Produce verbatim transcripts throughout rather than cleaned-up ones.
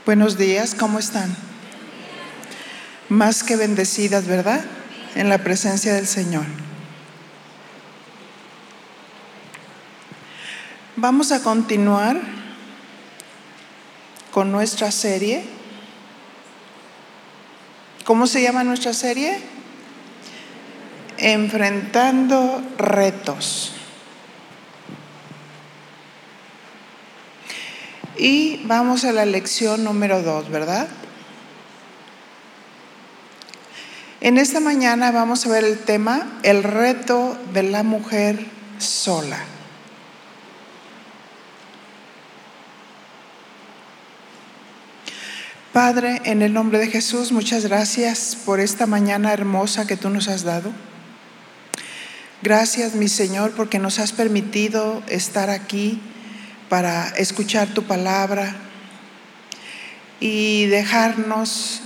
Buenos días, ¿cómo están? Más que bendecidas, ¿verdad? En la presencia del Señor. Vamos a continuar con nuestra serie. ¿Cómo se llama nuestra serie? Enfrentando retos. Y vamos a la lección número dos, ¿verdad? En esta mañana vamos a ver el tema, el reto de la mujer sola. Padre, en el nombre de Jesús, muchas gracias por esta mañana hermosa que tú nos has dado. Gracias, mi Señor, porque nos has permitido estar aquí para escuchar tu palabra y dejarnos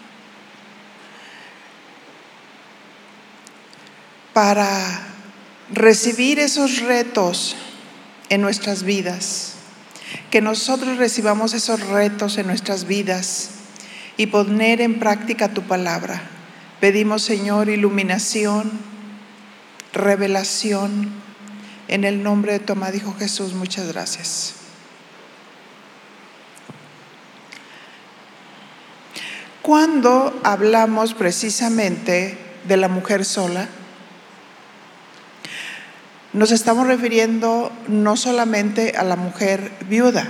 para recibir esos retos en nuestras vidas, que nosotros recibamos esos retos en nuestras vidas y poner en práctica tu palabra. Pedimos, Señor, iluminación, revelación, en el nombre de tu amado Hijo Jesús. Muchas gracias. Cuando hablamos precisamente de la mujer sola, nos estamos refiriendo no solamente a la mujer viuda,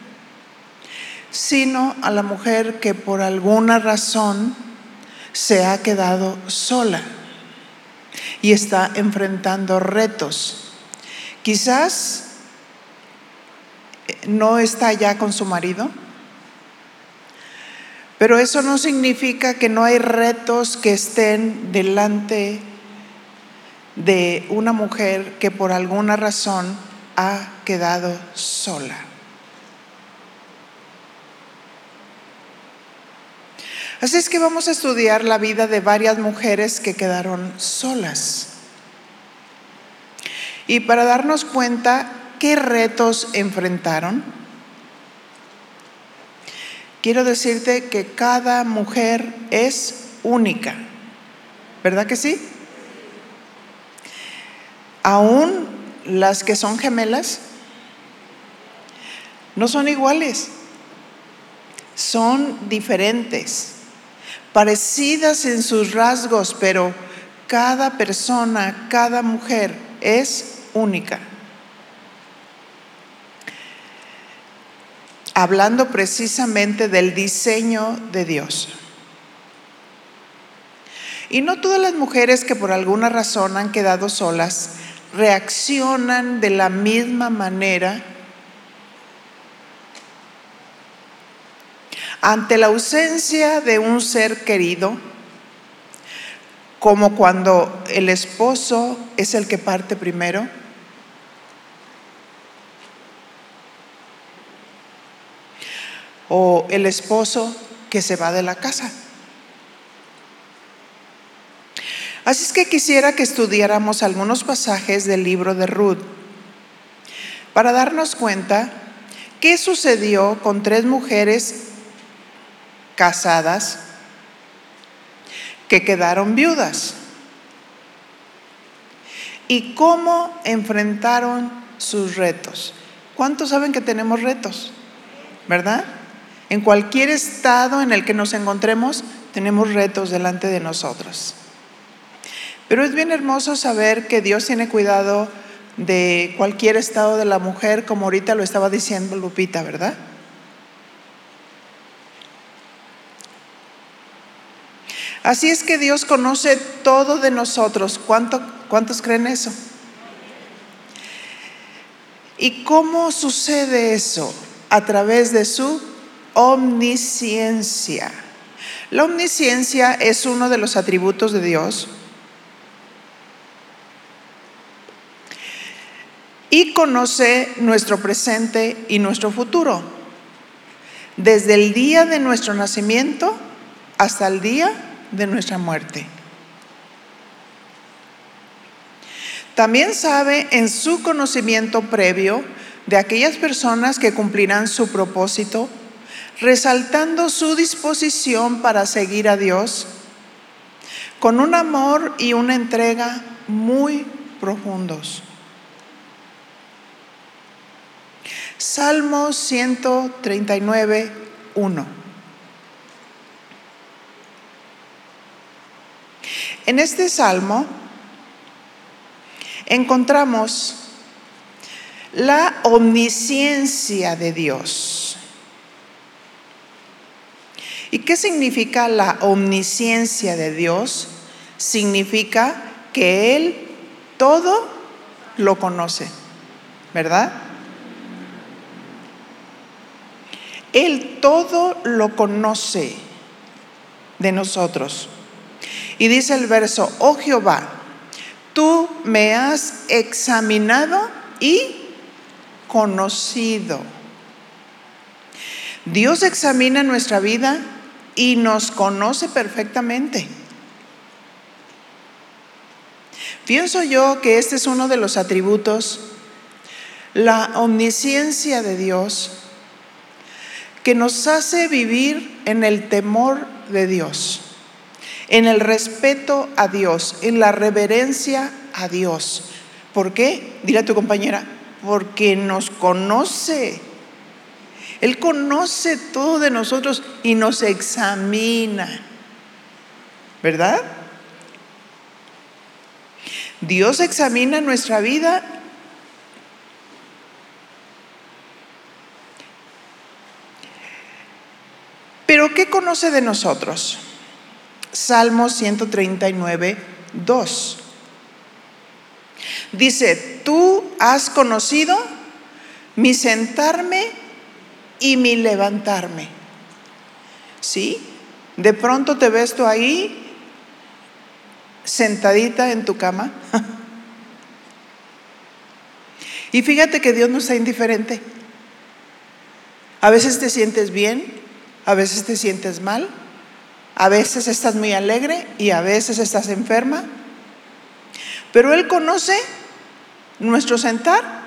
sino a la mujer que por alguna razón se ha quedado sola y está enfrentando retos. Quizás no está ya con su marido, pero eso no significa que no hay retos que estén delante de una mujer que por alguna razón ha quedado sola. Así es que vamos a estudiar la vida de varias mujeres que quedaron solas. Y para darnos cuenta qué retos enfrentaron, quiero decirte que cada mujer es única, ¿verdad que sí? Aún las que son gemelas no son iguales, son diferentes, parecidas en sus rasgos, pero cada persona, cada mujer es única. Hablando precisamente del diseño de Dios. Y no todas las mujeres que por alguna razón han quedado solas reaccionan de la misma manera ante la ausencia de un ser querido, como cuando el esposo es el que parte primero, o el esposo que se va de la casa. Así es que quisiera que estudiáramos algunos pasajes del libro de Ruth para darnos cuenta qué sucedió con tres mujeres casadas que quedaron viudas y cómo enfrentaron sus retos. ¿Cuántos saben que tenemos retos? ¿Verdad? En cualquier estado en el que nos encontremos, tenemos retos delante de nosotros. Pero es bien hermoso saber que Dios tiene cuidado de cualquier estado de la mujer, como ahorita lo estaba diciendo Lupita, ¿verdad? Así es que Dios conoce todo de nosotros. ¿Cuánto, ¿Cuántos creen eso? ¿Y cómo sucede eso? A través de su omnisciencia. La omnisciencia es uno de los atributos de Dios y conoce nuestro presente y nuestro futuro, desde el día de nuestro nacimiento hasta el día de nuestra muerte. También sabe en su conocimiento previo de aquellas personas que cumplirán su propósito, resaltando su disposición para seguir a Dios con un amor y una entrega muy profundos. Salmo ciento treinta y nueve, uno. En este salmo encontramos la omnisciencia de Dios. ¿Y qué significa la omnisciencia de Dios? Significa que Él todo lo conoce, ¿verdad? Él todo lo conoce de nosotros. Y dice el verso: oh Jehová, tú me has examinado y conocido. Dios examina nuestra vida y nos conoce perfectamente. Pienso yo que este es uno de los atributos, la omnisciencia de Dios, que nos hace vivir en el temor de Dios, en el respeto a Dios, en la reverencia a Dios. ¿Por qué? Dile a tu compañera: porque nos conoce. Él conoce todo de nosotros y nos examina, ¿verdad? Dios examina nuestra vida pero ¿qué conoce de nosotros? Salmo ciento treinta y nueve, dos. Dice: tú has conocido mi sentarme y mi levantarme. ¿Sí? De pronto te ves tú ahí sentadita en tu cama. Y fíjate que Dios no está indiferente. A veces te sientes bien, a veces te sientes mal, a veces estás muy alegre y a veces estás enferma. Pero Él conoce nuestro sentar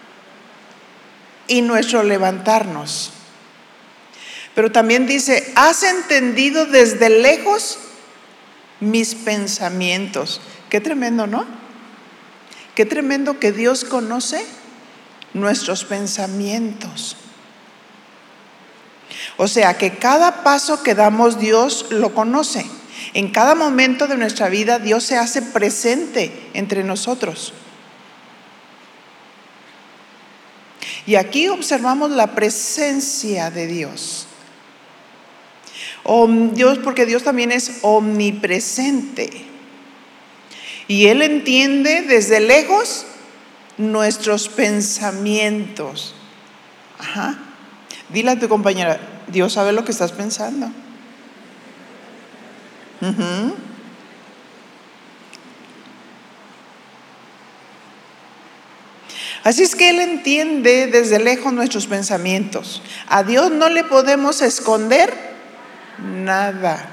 y nuestro levantarnos. Pero también dice: has entendido desde lejos mis pensamientos. Qué tremendo, ¿no? Qué tremendo que Dios conoce nuestros pensamientos. O sea que cada paso que damos Dios lo conoce. En cada momento de nuestra vida Dios se hace presente entre nosotros. Y aquí observamos la presencia de Dios. Dios, porque Dios también es omnipresente. Y Él entiende desde lejos nuestros pensamientos. Ajá. Dile a tu compañera: Dios sabe lo que estás pensando. Uh-huh. Así es que Él entiende desde lejos nuestros pensamientos. A Dios no le podemos esconder nada.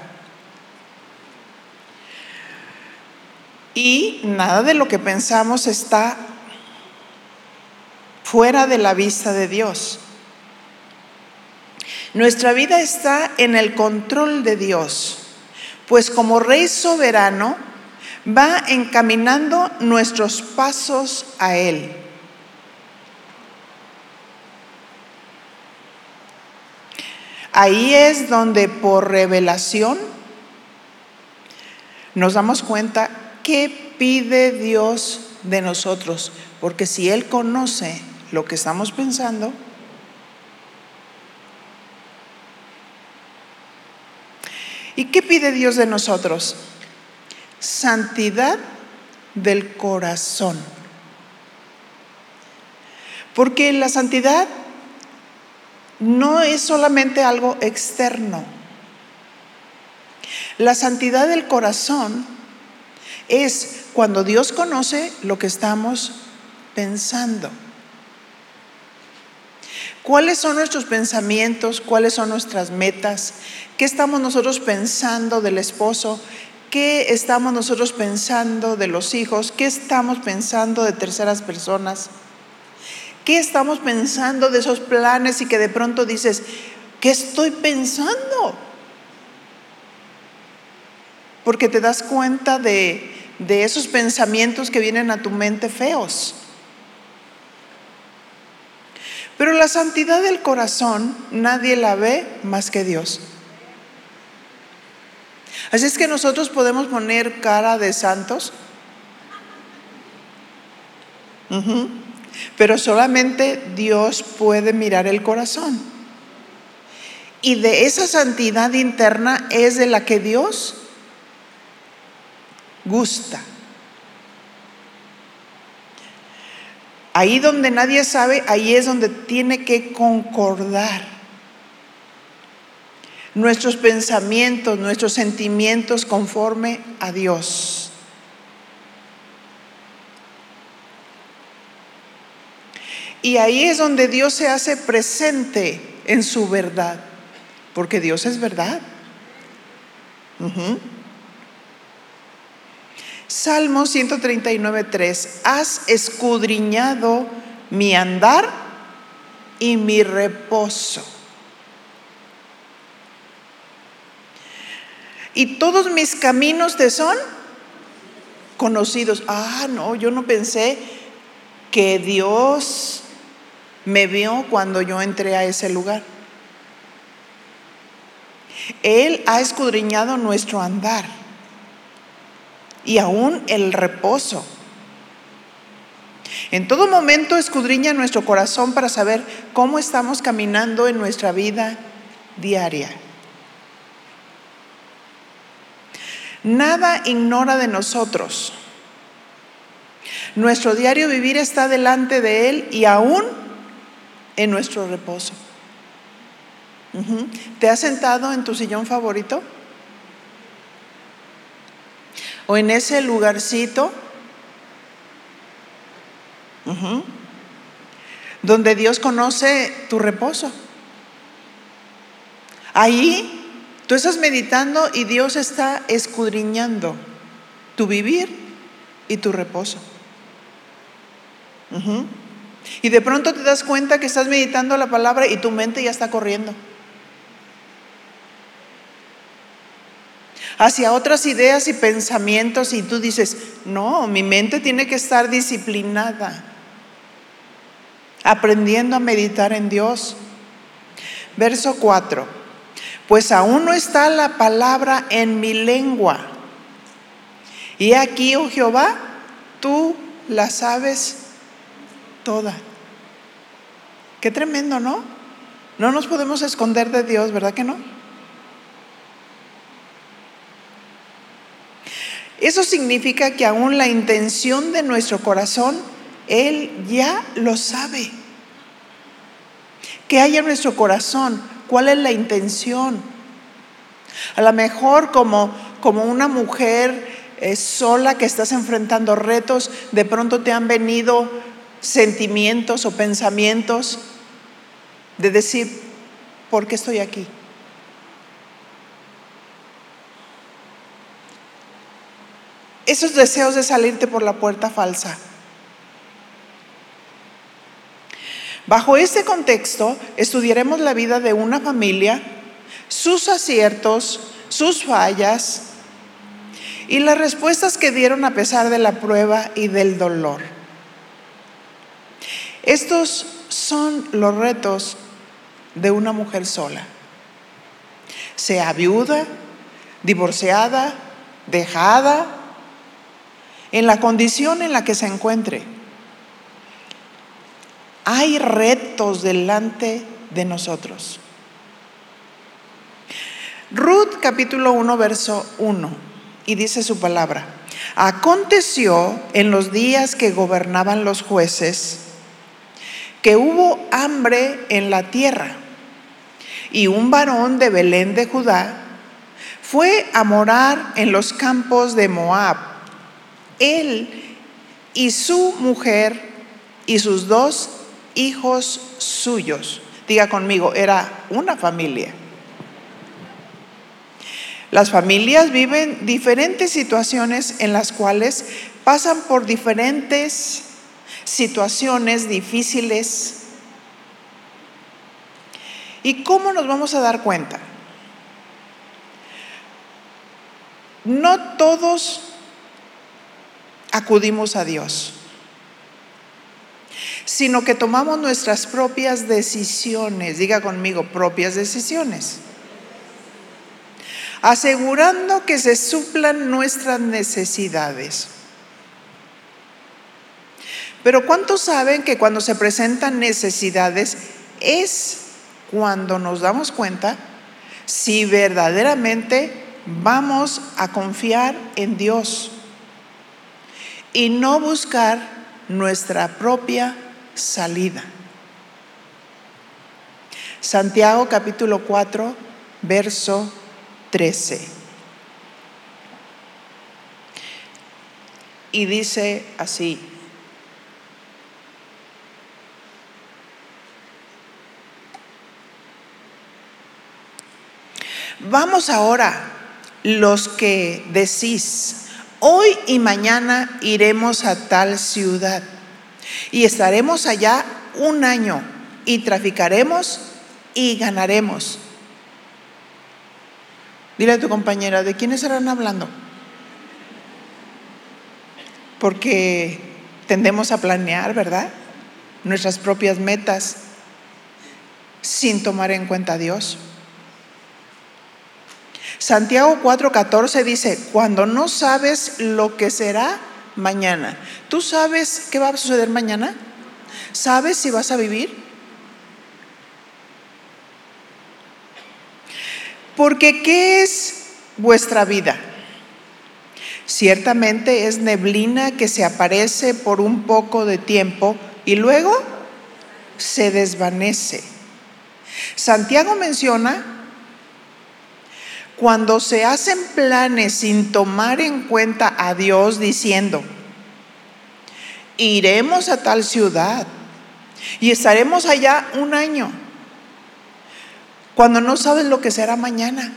Y nada de lo que pensamos está fuera de la vista de Dios. Nuestra vida está en el control de Dios, pues como Rey soberano va encaminando nuestros pasos a Él. Ahí es donde por revelación nos damos cuenta qué pide Dios de nosotros, porque si Él conoce lo que estamos pensando, ¿y qué pide Dios de nosotros? Santidad del corazón. Porque la santidad no es solamente algo externo. La santidad del corazón es cuando Dios conoce lo que estamos pensando. ¿Cuáles son nuestros pensamientos? ¿Cuáles son nuestras metas? ¿Qué estamos nosotros pensando del esposo? ¿Qué estamos nosotros pensando de los hijos? ¿Qué estamos pensando de terceras personas? ¿Qué estamos pensando de esos planes y que de pronto dices: ¿qué estoy pensando? Porque te das cuenta de, de esos pensamientos que vienen a tu mente feos. Pero la santidad del corazón nadie la ve más que Dios. Así es que nosotros podemos poner cara de santos, uh-huh. Pero solamente Dios puede mirar el corazón. Y de esa santidad interna es de la que Dios gusta. Ahí donde nadie sabe, ahí es donde tiene que concordar nuestros pensamientos, nuestros sentimientos conforme a Dios. Y ahí es donde Dios se hace presente en su verdad, porque Dios es verdad. Uh-huh. Salmo ciento treinta y nueve, tres. Has escudriñado mi andar y mi reposo, y todos mis caminos te son conocidos. Ah, no, yo no pensé que Dios me vio cuando yo entré a ese lugar. Él ha escudriñado nuestro andar y aún el reposo. En todo momento escudriña nuestro corazón para saber cómo estamos caminando en nuestra vida diaria. Nada ignora de nosotros. Nuestro diario vivir está delante de Él y aún en nuestro reposo. Uh-huh. ¿Te has sentado en tu sillón favorito? ¿O en ese lugarcito uh-huh. donde Dios conoce tu reposo? Ahí tú estás meditando y Dios está escudriñando tu vivir y tu reposo. Uh-huh. Y de pronto te das cuenta que estás meditando la palabra y tu mente ya está corriendo hacia otras ideas y pensamientos, y tú dices, no, mi mente tiene que estar disciplinada, aprendiendo a meditar en Dios. Verso cuatro. Pues aún no está la palabra en mi lengua, y aquí, oh Jehová, tú la sabes toda. Qué tremendo, ¿no? No nos podemos esconder de Dios, ¿verdad que no? Eso significa que aún la intención de nuestro corazón, Él ya lo sabe. ¿Qué hay en nuestro corazón? ¿Cuál es la intención? A lo mejor como, como una mujer eh, sola que estás enfrentando retos, de pronto te han venido sentimientos o pensamientos de decir, ¿por qué estoy aquí? Esos deseos de salirte por la puerta falsa. Bajo este contexto, estudiaremos la vida de una familia, sus aciertos, sus fallas y las respuestas que dieron a pesar de la prueba y del dolor. Estos son los retos de una mujer sola, sea viuda, divorciada, dejada, en la condición en la que se encuentre. Hay retos delante de nosotros. Ruth capítulo uno verso uno, y dice su palabra: aconteció en los días que gobernaban los jueces que hubo hambre en la tierra, y un varón de Belén de Judá fue a morar en los campos de Moab. Él y su mujer y sus dos hijos suyos. Diga conmigo, era una familia. Las familias viven diferentes situaciones en las cuales pasan por diferentes situaciones difíciles. ¿Y cómo nos vamos a dar cuenta? No todos acudimos a Dios, sino que tomamos nuestras propias decisiones. Diga conmigo, propias decisiones, asegurando que se suplan nuestras necesidades. Pero ¿cuántos saben que cuando se presentan necesidades es cuando nos damos cuenta si verdaderamente vamos a confiar en Dios y no buscar nuestra propia salida? Santiago capítulo cuatro, verso trece. Y dice así: vamos ahora, los que decís, hoy y mañana iremos a tal ciudad y estaremos allá un año y traficaremos y ganaremos. Dile a tu compañera, ¿de quiénes estarán hablando? Porque tendemos a planear, ¿verdad?, nuestras propias metas sin tomar en cuenta a Dios. Santiago cuatro catorce dice: cuando no sabes lo que será mañana. ¿Tú sabes qué va a suceder mañana? ¿Sabes si vas a vivir? Porque ¿qué es vuestra vida? Ciertamente es neblina que se aparece por un poco de tiempo y luego se desvanece. Santiago menciona cuando se hacen planes sin tomar en cuenta a Dios, diciendo: iremos a tal ciudad y estaremos allá un año, cuando no sabes lo que será mañana.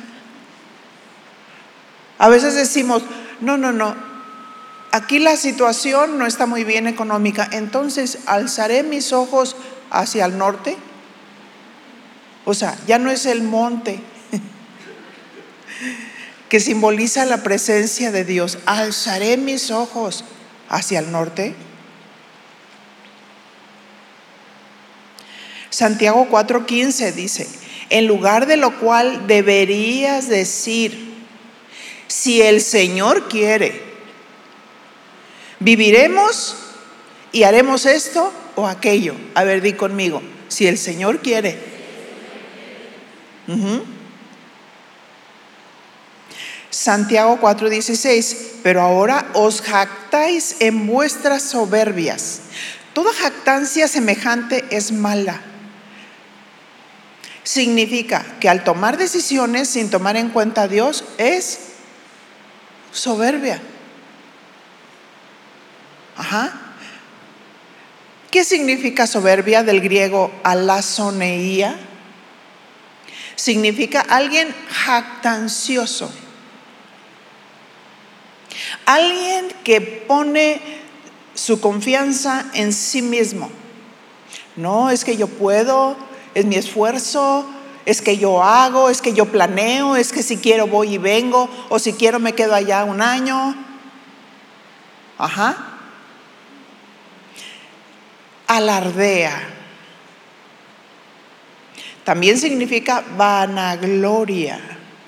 A veces decimos: no, no, no, aquí la situación no está muy bien económica, entonces alzaré mis ojos hacia el norte. O sea, ya no es el monte que simboliza la presencia de Dios. Alzaré mis ojos hacia el norte. Santiago cuatro quince dice: en lugar de lo cual deberías decir, si el Señor quiere, viviremos y haremos esto o aquello. A ver, di conmigo, si el Señor quiere. Uh-huh. Santiago cuatro dieciséis: pero ahora os jactáis en vuestras soberbias. Toda jactancia semejante es mala. Significa que al tomar decisiones sin tomar en cuenta a Dios es soberbia. Ajá. ¿Qué significa soberbia? Del griego alazoneía. Significa alguien jactancioso, alguien que pone su confianza en sí mismo. No, es que yo puedo, es mi esfuerzo, es que yo hago, es que yo planeo, es que si quiero voy y vengo, o si quiero me quedo allá un año. Ajá. Alardea. También significa vanagloria.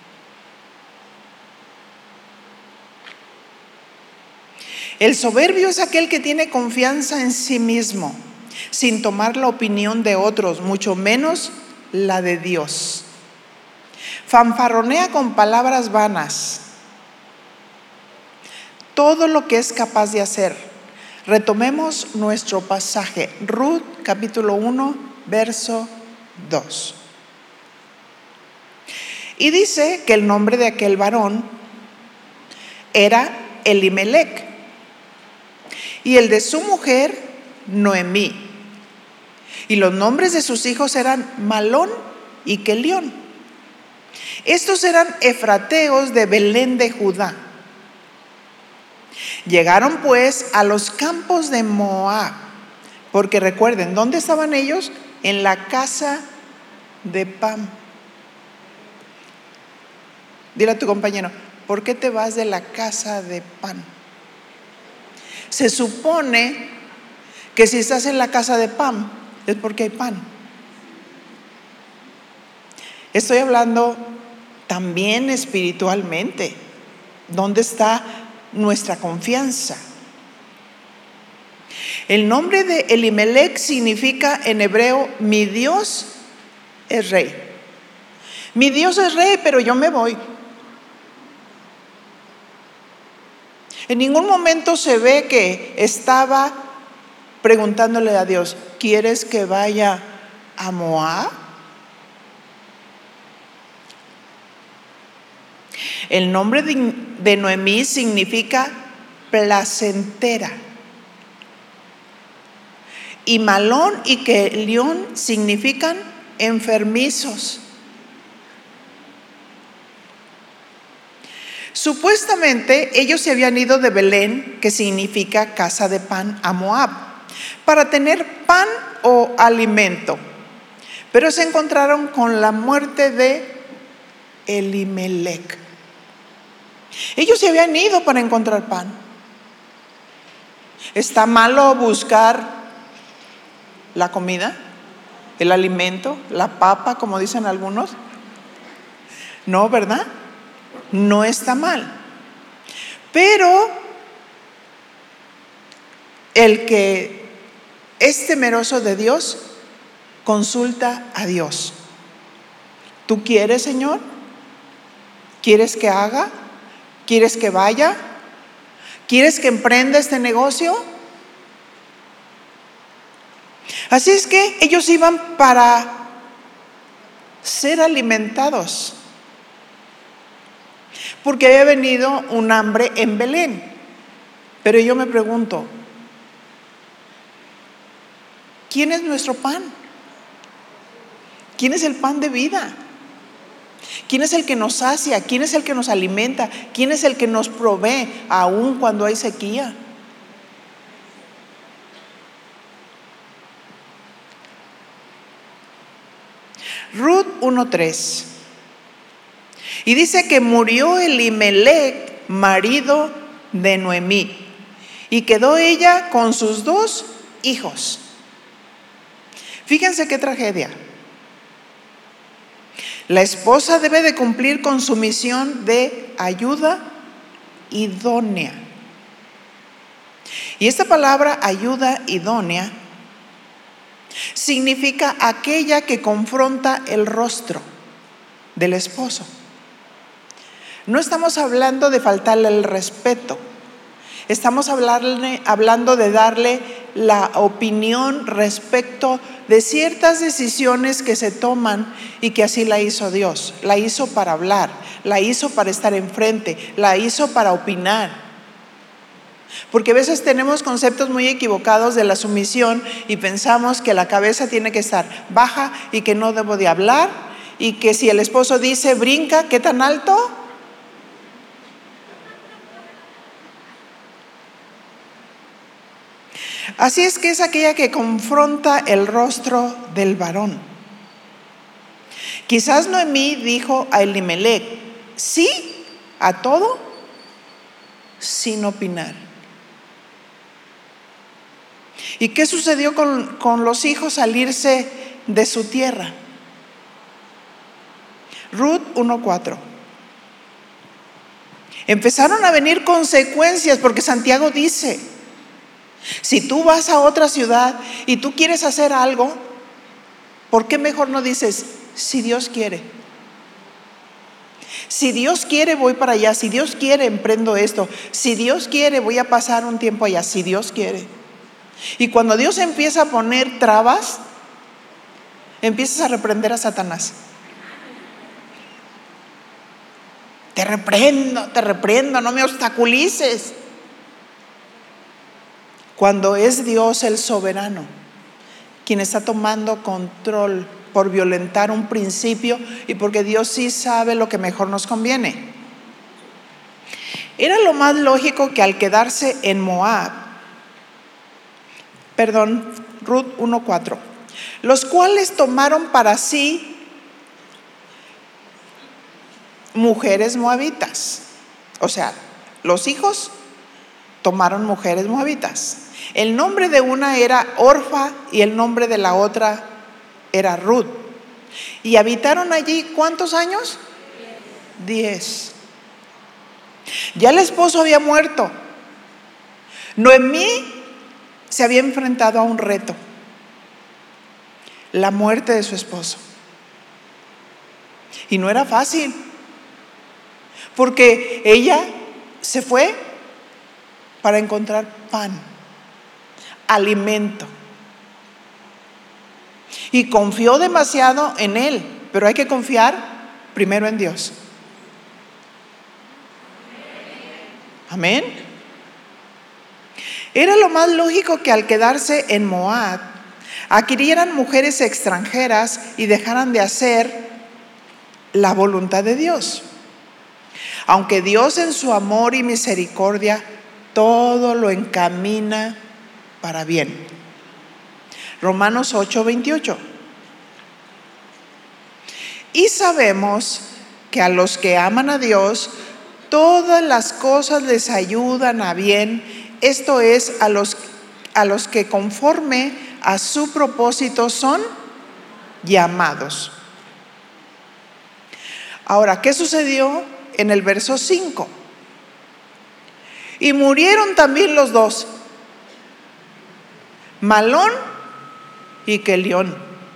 El soberbio es aquel que tiene confianza en sí mismo, sin tomar la opinión de otros, mucho menos la de Dios. Fanfarronea con palabras vanas todo lo que es capaz de hacer. Retomemos nuestro pasaje, Ruth capítulo uno, verso dos. Y dice que el nombre de aquel varón era Elimelec y el de su mujer Noemí. Y los nombres de sus hijos eran Malón y Kelión. Estos eran efrateos de Belén de Judá. Llegaron pues a los campos de Moab, porque recuerden, ¿dónde estaban ellos? En la casa de Pam. Dile a tu compañero, ¿por qué te vas de la casa de Pam? Se supone que si estás en la casa de Pam es porque hay pan. Estoy hablando también espiritualmente. ¿Dónde está nuestra confianza? El nombre de Elimelech significa en hebreo, mi Dios es rey. Mi Dios es rey, pero yo me voy. En ningún momento se ve que estaba preguntándole a Dios, ¿quieres que vaya a Moab? El nombre de, de Noemí significa placentera. Y Malón y Kelión significan enfermizos. Supuestamente ellos se habían ido de Belén, que significa casa de pan, a Moab, para tener pan o alimento. Pero se encontraron con la muerte de Elimelech. Ellos se habían ido para encontrar pan. ¿Está malo buscar la comida, el alimento, la papa, como dicen algunos? No, ¿verdad? No está mal. Pero el que es temeroso de Dios consulta a Dios. ¿Tú quieres, Señor? ¿Quieres que haga? ¿Quieres que vaya? ¿Quieres que emprenda este negocio? Así es que ellos iban para ser alimentados, porque había venido un hambre en Belén. Pero yo me pregunto, ¿quién es nuestro pan? ¿Quién es el pan de vida? ¿Quién es el que nos sacia? ¿Quién es el que nos alimenta? ¿Quién es el que nos provee aún cuando hay sequía? Ruth uno tres. Y dice que murió Elimelech, marido de Noemí, y quedó ella con sus dos hijos. Fíjense qué tragedia. La esposa debe de cumplir con su misión de ayuda idónea. Y esta palabra ayuda idónea significa aquella que confronta el rostro del esposo. No estamos hablando de faltarle el respeto. Estamos hablarle, hablando de darle la opinión respecto de ciertas decisiones que se toman y que así la hizo Dios. La hizo para hablar, la hizo para estar enfrente, la hizo para opinar. Porque a veces tenemos conceptos muy equivocados de la sumisión y pensamos que la cabeza tiene que estar baja y que no debo de hablar, y que si el esposo dice brinca, ¿qué tan alto? Así es que es aquella que confronta el rostro del varón. Quizás Noemí dijo a Elimelech sí a todo sin opinar. ¿Y qué sucedió con, con los hijos al irse de su tierra? Ruth uno cuatro. Empezaron a venir consecuencias, porque Santiago dice, si tú vas a otra ciudad y tú quieres hacer algo, ¿por qué mejor no dices, si Dios quiere? Si Dios quiere voy para allá, si Dios quiere emprendo esto, si Dios quiere voy a pasar un tiempo allá, si Dios quiere. Y cuando Dios empieza a poner trabas, empiezas a reprender a Satanás. Te reprendo, te reprendo, no me obstaculices. Cuando es Dios el soberano quien está tomando control por violentar un principio y porque Dios sí sabe lo que mejor nos conviene. Era lo más lógico que al quedarse en Moab, perdón, Ruth uno cuatro, los cuales tomaron para sí mujeres moabitas. O sea, los hijos tomaron mujeres moabitas. El nombre de una era Orfa y el nombre de la otra era Ruth. Y habitaron allí, ¿cuántos años? Diez. Ya el esposo había muerto. Noemí se había enfrentado a un reto: la muerte de su esposo. Y no era fácil, porque ella se fue para encontrar pan, alimento, y confió demasiado en él. Pero hay que confiar primero en Dios. Amén. Era lo más lógico que al quedarse en Moab adquirieran mujeres extranjeras y dejaran de hacer la voluntad de Dios. Aunque Dios en su amor y misericordia todo lo encamina para bien. Romanos ocho, veintiocho. Y sabemos que a los que aman a Dios, todas las cosas les ayudan a bien. Esto es, a los, a los que conforme a su propósito son llamados. Ahora, ¿qué sucedió en el verso cinco? Y murieron también los dos, Malón y Quelión,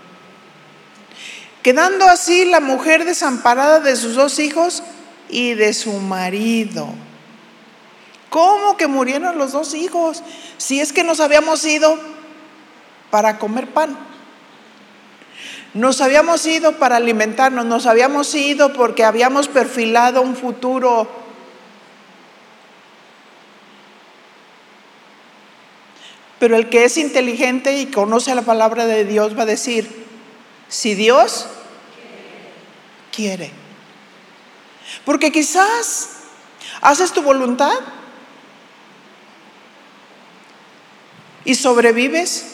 quedando así la mujer desamparada de sus dos hijos y de su marido. ¿Cómo que murieron los dos hijos? Si es que nos habíamos ido para comer pan, nos habíamos ido para alimentarnos, nos habíamos ido porque habíamos perfilado un futuro. Pero el que es inteligente y conoce la palabra de Dios va a decir: si Dios quiere. Porque quizás haces tu voluntad y sobrevives.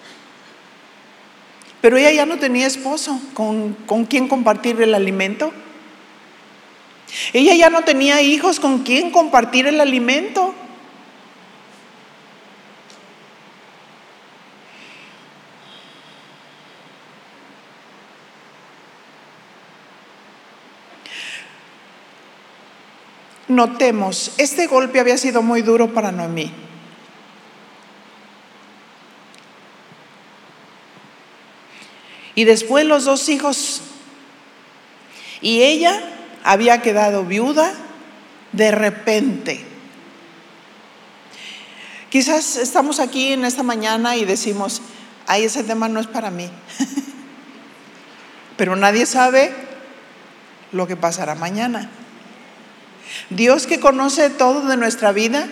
Pero ella ya no tenía esposo con, con quien compartir el alimento. Ella ya no tenía hijos con quien compartir el alimento. Notemos, este golpe había sido muy duro para Noemí. Y después los dos hijos, y ella había quedado viuda de repente. Quizás estamos aquí en esta mañana y decimos: ay, ese tema no es para mí. Pero nadie sabe lo que pasará mañana. Dios, que conoce todo de nuestra vida,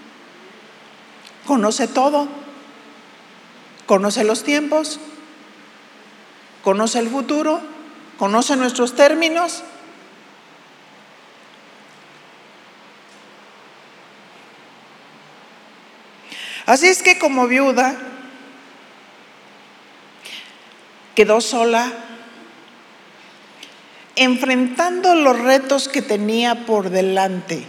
conoce todo, conoce los tiempos, conoce el futuro, conoce nuestros términos. Así es que como viuda quedó sola, enfrentando los retos que tenía por delante.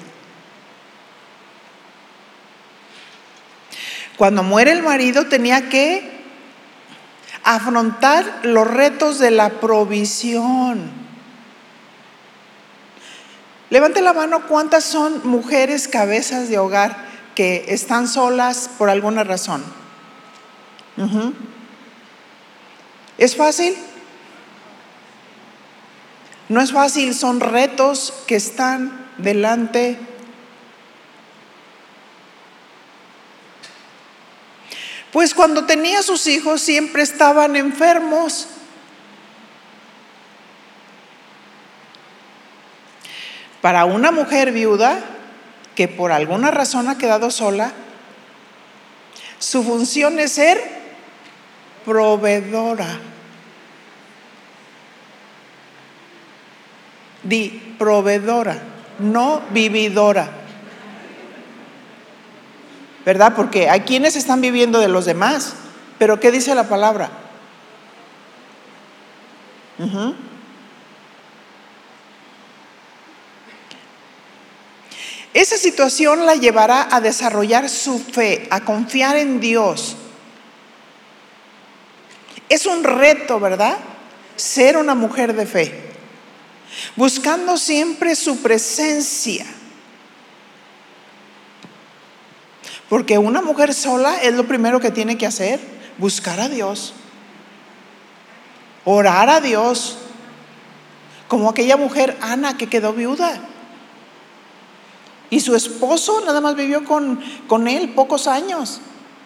Cuando muere el marido, tenía que afrontar los retos de la provisión. Levante la mano, ¿cuántas son mujeres cabezas de hogar que están solas por alguna razón? Uh-huh. ¿Es fácil? No es fácil, son retos que están delante. Pues cuando tenía sus hijos siempre estaban enfermos. Para una mujer viuda que por alguna razón ha quedado sola, su función es ser proveedora. Di proveedora, no vividora. ¿Verdad? Porque hay quienes están viviendo de los demás. Pero ¿qué dice la palabra? Uh-huh. Esa situación la llevará a desarrollar su fe, a confiar en Dios. Es un reto, ¿verdad? Ser una mujer de fe, buscando siempre su presencia. Porque una mujer sola es lo primero que tiene que hacer, buscar a Dios, orar a Dios, como aquella mujer Ana que quedó viuda. Y su esposo nada más vivió con, con él pocos años.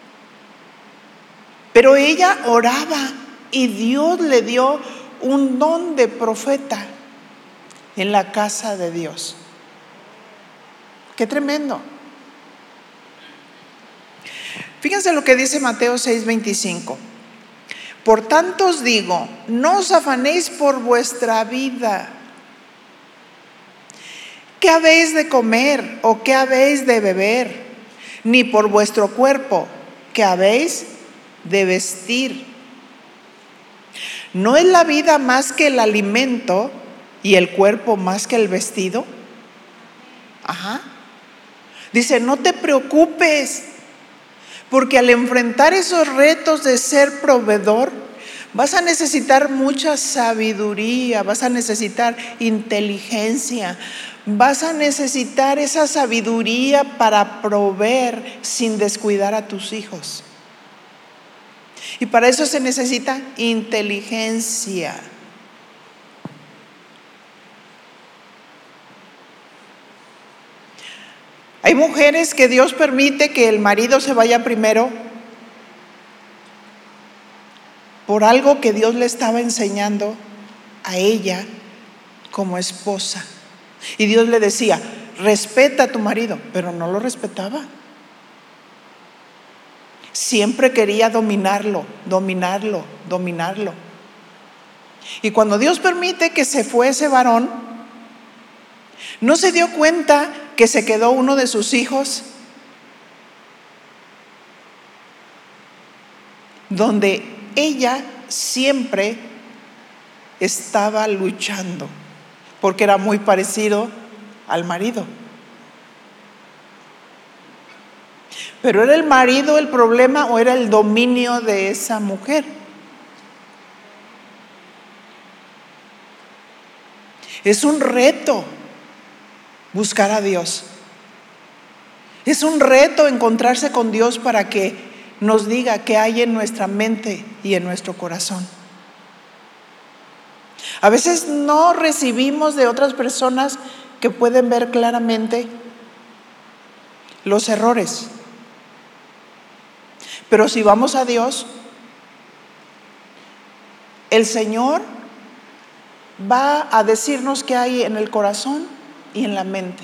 Pero ella oraba y Dios le dio un don de profeta en la casa de Dios. ¡Qué tremendo! Fíjense lo que dice Mateo seis veinticinco. Por tanto os digo, no os afanéis por vuestra vida. ¿Qué habéis de comer o qué habéis de beber? Ni por vuestro cuerpo, ¿qué habéis de vestir? ¿No es la vida más que el alimento y el cuerpo más que el vestido? Ajá. Dice, no te preocupes, porque al enfrentar esos retos de ser proveedor, vas a necesitar mucha sabiduría, vas a necesitar inteligencia, vas a necesitar esa sabiduría para proveer sin descuidar a tus hijos. Y para eso se necesita inteligencia. Hay mujeres que Dios permite que el marido se vaya primero por algo que Dios le estaba enseñando a ella como esposa. Y Dios le decía, respeta a tu marido, pero no lo respetaba. Siempre quería dominarlo, dominarlo, dominarlo. Y cuando Dios permite que se fue ese varón, ¿no se dio cuenta que se quedó uno de sus hijos donde ella siempre estaba luchando? Porque era muy parecido al marido. Pero ¿era el marido el problema o era el dominio de esa mujer? Es un reto buscar a Dios. Es un reto encontrarse con Dios para que nos diga qué hay en nuestra mente y en nuestro corazón. A veces no recibimos de otras personas que pueden ver claramente los errores. Pero si vamos a Dios, el Señor va a decirnos qué hay en el corazón y en la mente.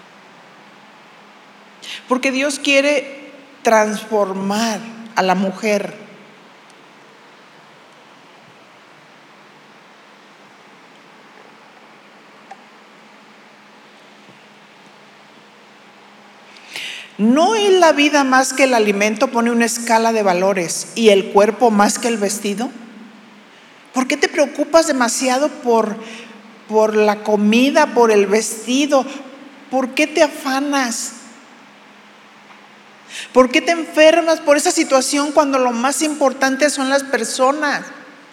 Porque Dios quiere transformar a la mujer. ¿No es la vida más que el alimento? Pone una escala de valores. ¿Y el cuerpo más que el vestido? ¿Por qué te preocupas demasiado por, por la comida, por el vestido? ¿Por qué te afanas? ¿Por qué te enfermas por esa situación cuando lo más importante son las personas?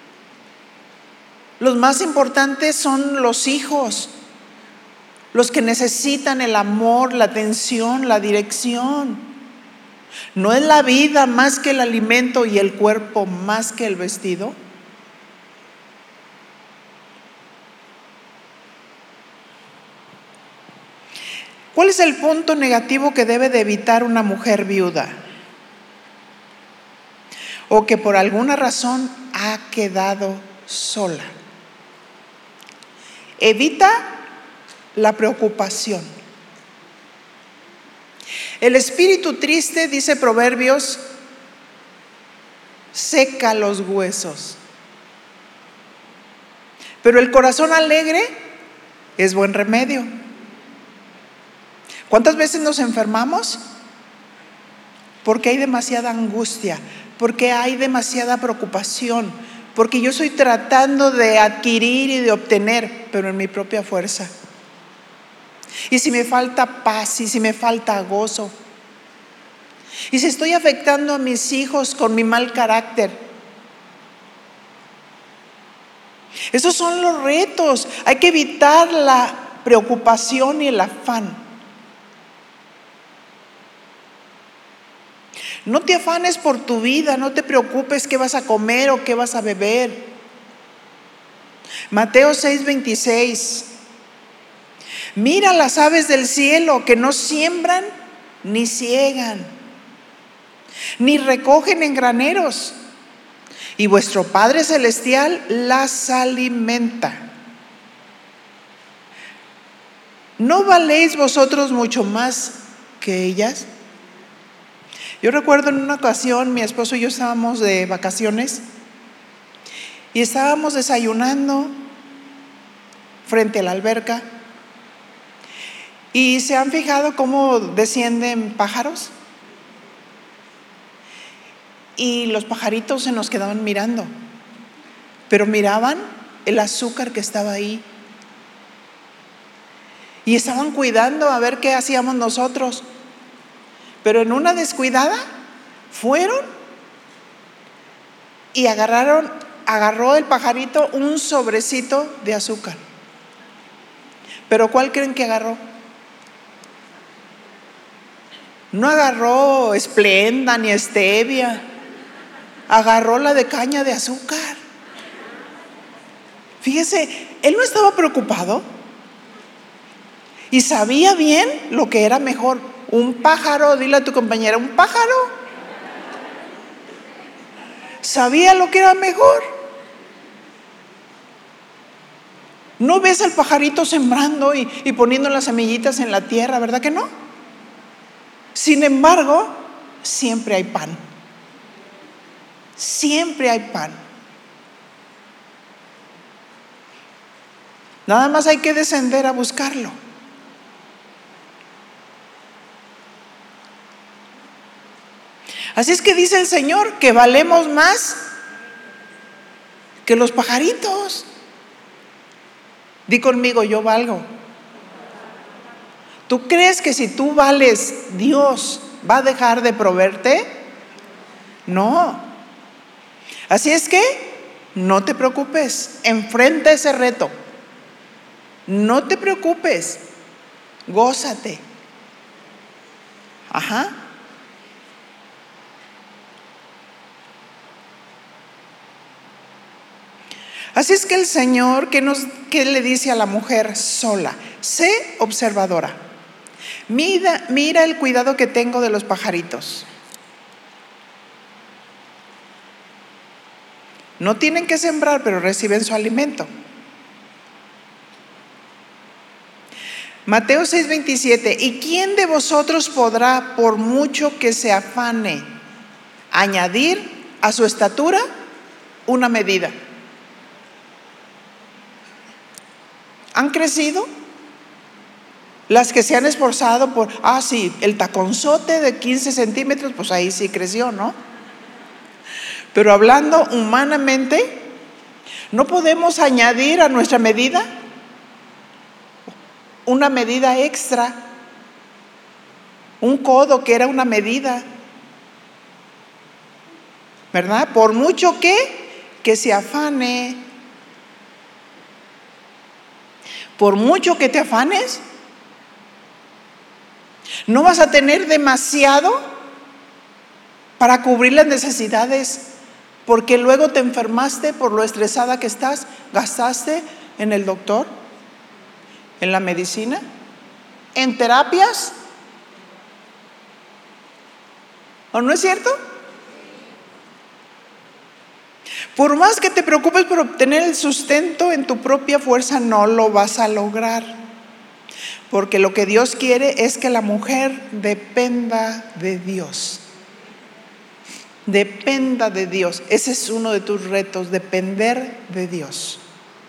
Los más importantes son los hijos, los que necesitan el amor, la atención, la dirección. ¿No es la vida más que el alimento y el cuerpo más que el vestido? ¿Cuál es el punto negativo que debe de evitar una mujer viuda? O que por alguna razón ha quedado sola. Evita la preocupación. El espíritu triste, dice Proverbios, seca los huesos. Pero el corazón alegre es buen remedio. ¿Cuántas veces nos enfermamos? Porque hay demasiada angustia, porque hay demasiada preocupación, porque yo estoy tratando de adquirir y de obtener, pero en mi propia fuerza. y si me falta paz, y si me falta gozo, y si estoy afectando a mis hijos con mi mal carácter. Esos son los retos. Hay que evitar la preocupación y el afán. No te afanes por tu vida, no te preocupes qué vas a comer o qué vas a beber. Mateo seis veintiséis. Mira las aves del cielo, que no siembran ni ciegan, ni recogen en graneros, y vuestro Padre Celestial las alimenta. ¿No valéis vosotros mucho más que ellas? Yo recuerdo en una ocasión, mi esposo y yo estábamos de vacaciones y estábamos desayunando frente a la alberca. ¿Y se han fijado cómo descienden pájaros? Y los pajaritos se nos quedaban mirando, pero miraban el azúcar que estaba ahí. Y estaban cuidando a ver qué hacíamos nosotros. Pero en una descuidada fueron y agarraron, agarró el pajarito un sobrecito de azúcar. ¿Pero cuál creen que agarró? No agarró Esplenda ni Stevia, agarró la de caña de azúcar. Fíjese, él no estaba preocupado y sabía bien lo que era mejor. Un pájaro, dile a tu compañera, un pájaro sabía lo que era mejor. ¿No ves al pajarito sembrando y, y poniendo las semillitas en la tierra, verdad que no? Sin embargo, siempre hay pan. Siempre hay pan. Nada más hay que descender a buscarlo. Así es que dice el Señor que valemos más que los pajaritos. Di conmigo, yo valgo. ¿Tú crees que si tú vales, Dios va a dejar de proveerte? No. Así es que no te preocupes, enfrenta ese reto. No te preocupes, gózate. Ajá. Así es que el Señor, ¿qué, nos, qué le dice a la mujer sola? Sé observadora. Mira, mira el cuidado que tengo de los pajaritos. No tienen que sembrar, pero reciben su alimento. Mateo seis veintisiete. ¿Y quién de vosotros podrá, por mucho que se afane, añadir a su estatura una medida? ¿Han crecido? Las que se han esforzado por, ah sí, el taconzote de quince centímetros, pues ahí sí creció, ¿no? Pero hablando humanamente, ¿no podemos añadir a nuestra medida una medida extra? Un codo que era una medida, ¿verdad? Por mucho que, que se afane, por mucho que te afanes, no vas a tener demasiado para cubrir las necesidades, porque luego te enfermaste por lo estresada que estás, gastaste en el doctor, en la medicina, en terapias. ¿O no es cierto? Por más que te preocupes por obtener el sustento en tu propia fuerza, no lo vas a lograr. Porque lo que Dios quiere es que la mujer dependa de Dios. Dependa de Dios. Ese es uno de tus retos, depender de Dios.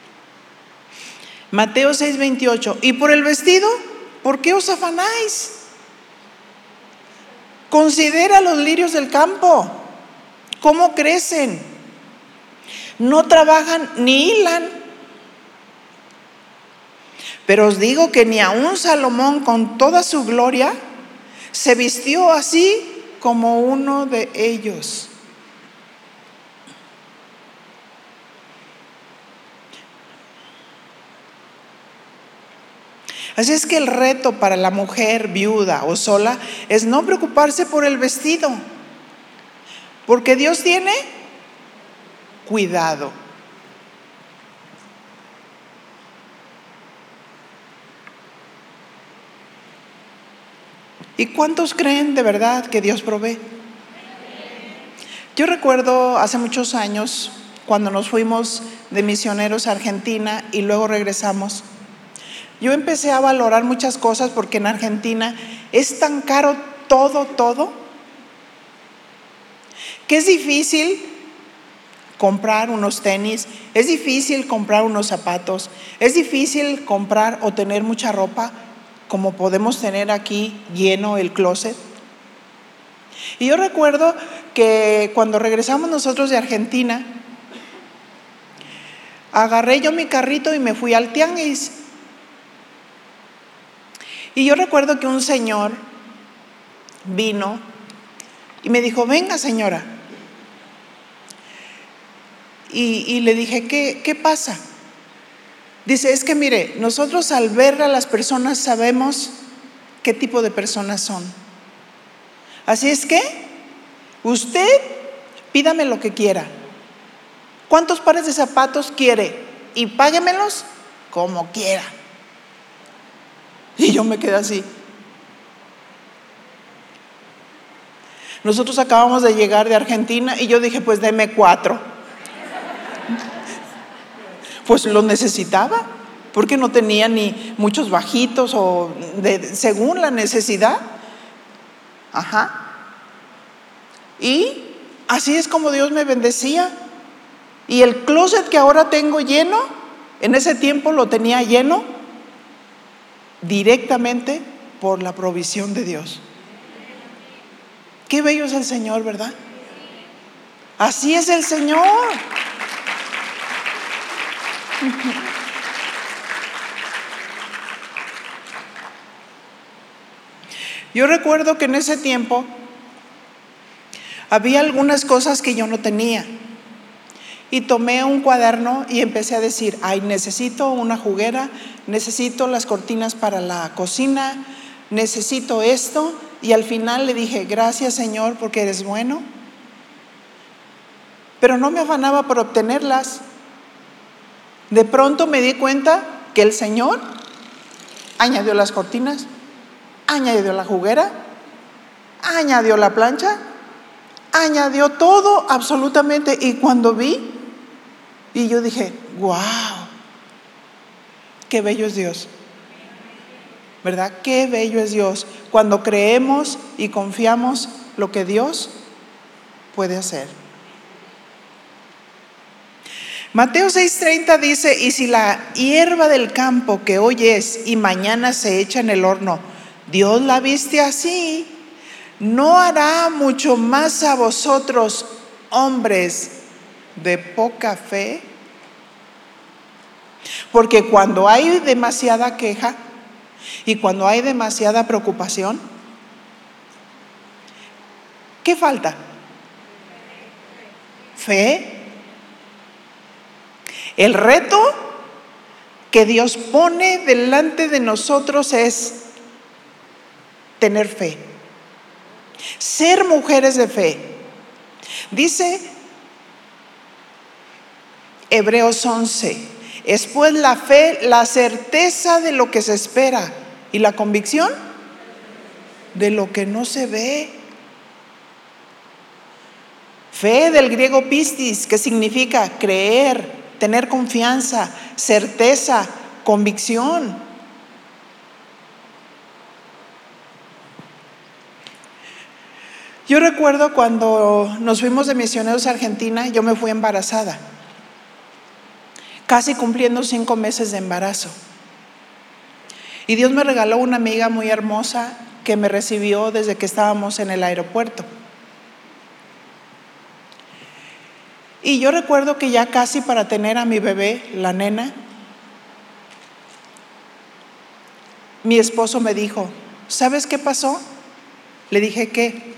Mateo seis veintiocho. ¿Y por el vestido? ¿Por qué os afanáis? Considera los lirios del campo, cómo crecen. No trabajan ni hilan. Pero os digo que ni aun Salomón con toda su gloria se vistió así como uno de ellos. Así es que el reto para la mujer viuda o sola es no preocuparse por el vestido, porque Dios tiene cuidado. ¿Y cuántos creen de verdad que Dios provee? Yo recuerdo hace muchos años cuando nos fuimos de misioneros a Argentina y luego regresamos. Yo empecé a valorar muchas cosas porque en Argentina es tan caro todo, todo, que es difícil comprar unos tenis, es difícil comprar unos zapatos, es difícil comprar o tener mucha ropa como podemos tener aquí lleno el closet. Y yo recuerdo que cuando regresamos nosotros de Argentina, agarré yo mi carrito y me fui al tianguis. Y yo recuerdo que un señor vino y me dijo: venga, señora. Y, y le dije: ¿qué, qué pasa? Dice: es que mire, nosotros al ver a las personas sabemos qué tipo de personas son. Así es que usted pídame lo que quiera. ¿Cuántos pares de zapatos quiere? Y páguemelos como quiera. Y yo me quedé así. Nosotros acabamos de llegar de Argentina y yo dije: pues deme cuatro. Pues lo necesitaba, porque no tenía ni muchos bajitos o de, según la necesidad. Ajá. Y así es como Dios me bendecía. Y el closet que ahora tengo lleno, en ese tiempo lo tenía lleno directamente por la provisión de Dios. Qué bello es el Señor, ¿verdad? Así es el Señor. Yo recuerdo que en ese tiempo había algunas cosas que yo no tenía. Y tomé un cuaderno y empecé a decir: ay, necesito una juguera, necesito las cortinas para la cocina, necesito esto. Y al final le dije: gracias, Señor, porque eres bueno. Pero no me afanaba por obtenerlas. De pronto me di cuenta que el Señor añadió las cortinas, añadió la juguera, añadió la plancha, añadió todo absolutamente. Y cuando vi, y yo dije: wow, qué bello es Dios, ¿verdad? Qué bello es Dios cuando creemos y confiamos lo que Dios puede hacer. Mateo seis treinta dice: y si la hierba del campo que hoy es y mañana se echa en el horno, Dios la viste así, ¿no hará mucho más a vosotros, hombres de poca fe? Porque cuando hay demasiada queja y cuando hay demasiada preocupación, ¿qué falta? Fe. El reto que Dios pone delante de nosotros es tener fe, ser mujeres de fe. Dice Hebreos once: es pues la fe la certeza de lo que se espera y la convicción de lo que no se ve. Fe del griego pistis, que significa creer, tener confianza, certeza, convicción. Yo recuerdo cuando nos fuimos de misioneros a Argentina, yo me fui embarazada, casi cumpliendo cinco meses de embarazo. Y Dios me regaló una amiga muy hermosa que me recibió desde que estábamos en el aeropuerto. Y yo recuerdo que ya casi para tener a mi bebé, la nena, mi esposo me dijo, ¿sabes qué pasó? Le dije, ¿qué?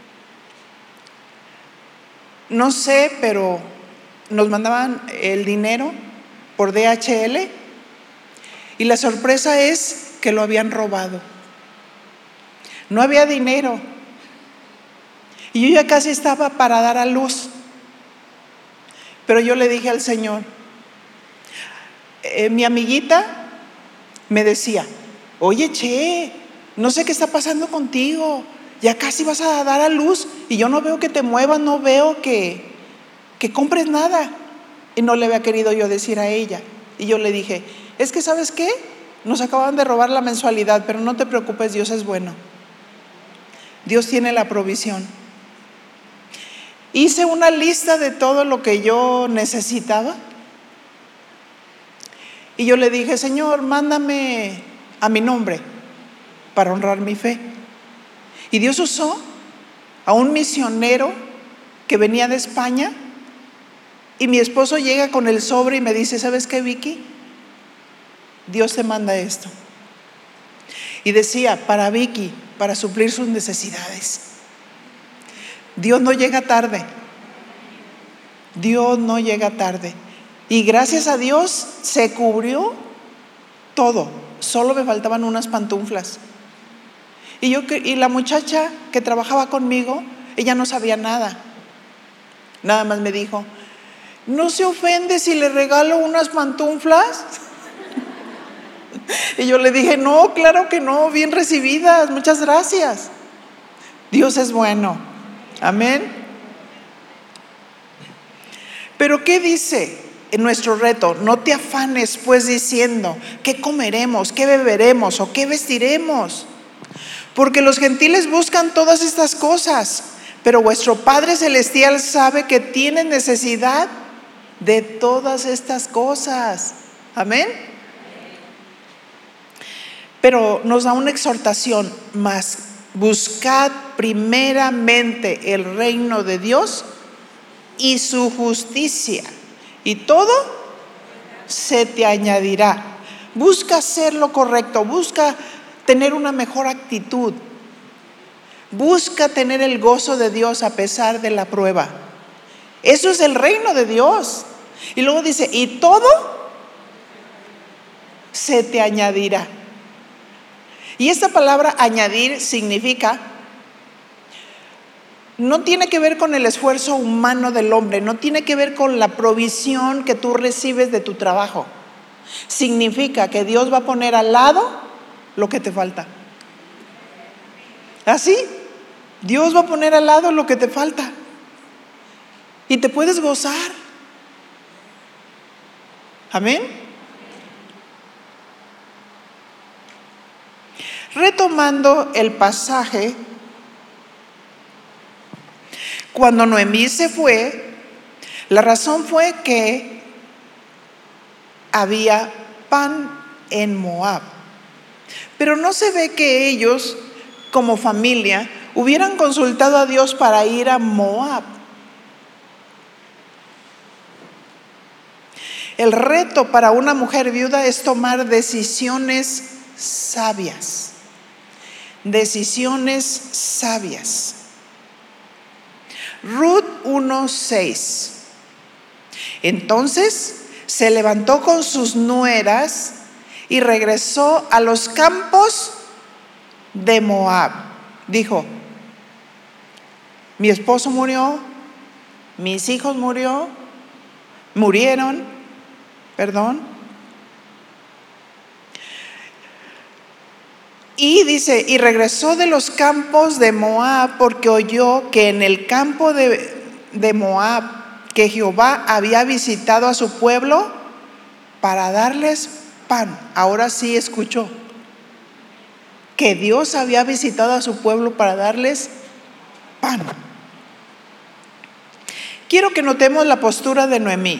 No sé, pero nos mandaban el dinero por D H L y la sorpresa es que lo habían robado. No había dinero y yo ya casi estaba para dar a luz, pero yo le dije al Señor, eh, mi amiguita me decía, oye, Che, no sé qué está pasando contigo, ya casi vas a dar a luz y yo no veo que te muevas, no veo que, que compres nada. Y no le había querido yo decir a ella. Y yo le dije, es que ¿sabes qué? Nos acaban de robar la mensualidad, pero no te preocupes, Dios es bueno. Dios tiene la provisión. Hice una lista de todo lo que yo necesitaba. Y yo le dije, Señor, mándame a mi nombre para honrar mi fe. Y Dios usó a un misionero que venía de España. Y mi esposo llega con el sobre y me dice, ¿sabes qué, Vicky? Dios te manda esto. Y decía, para Vicky, para suplir sus necesidades. Dios no llega tarde. Dios no llega tarde. Y gracias a Dios se cubrió todo. Solo me faltaban unas pantuflas. Y, yo, y la muchacha que trabajaba conmigo, ella no sabía nada. Nada más me dijo, ¿no se ofende si le regalo unas pantuflas? Y yo le dije, no, claro que no, bien recibidas, muchas gracias. Dios es bueno, amén. Pero ¿qué dice en nuestro reto? No te afanes pues diciendo, ¿qué comeremos, qué beberemos o qué vestiremos? Porque los gentiles buscan todas estas cosas, pero vuestro Padre Celestial sabe que tienen necesidad de todas estas cosas, amén. Pero nos da una exhortación más, buscad primeramente el reino de Dios y su justicia, y todo se te añadirá. Busca hacer lo correcto, busca tener una mejor actitud, busca tener el gozo de Dios a pesar de la prueba. Eso es el reino de Dios. Y luego dice, y todo se te añadirá. Y esta palabra añadir significa, no tiene que ver con el esfuerzo humano del hombre, no tiene que ver con la provisión que tú recibes de tu trabajo. Significa que Dios va a poner al lado lo que te falta. ¿Así? Dios va a poner al lado lo que te falta. Y te puedes gozar. Amén. Retomando el pasaje, cuando Noemí se fue, la razón fue que había pan en Moab. Pero no se ve que ellos, como familia, hubieran consultado a Dios para ir a Moab. El reto para una mujer viuda es tomar decisiones sabias. Decisiones sabias. Ruth uno seis. Entonces se levantó con sus nueras y regresó a los campos de Moab. Dijo, mi esposo murió, mis hijos murió, murieron, perdón. Y dice, y regresó de los campos de Moab porque oyó que en el campo de, de Moab, que Jehová había visitado a su pueblo para darles pan. Ahora sí escuchó que Dios había visitado a su pueblo para darles pan. Quiero que notemos la postura de Noemí.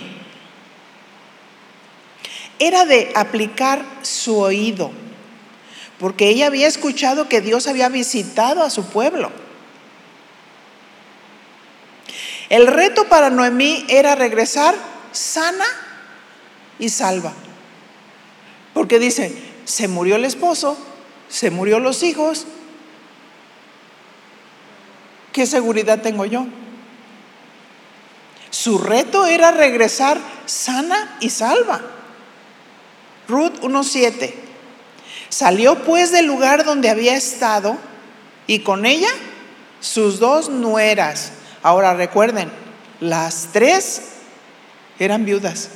Era de aplicar su oído, porque ella había escuchado que Dios había visitado a su pueblo. El reto para Noemí era regresar sana y salva, porque dice, se murió el esposo, se murió los hijos, ¿qué seguridad tengo yo? Su reto era regresar sana y salva. Ruth uno siete. Salió pues del lugar donde había estado y con ella sus dos nueras. Ahora recuerden, las tres eran viudas.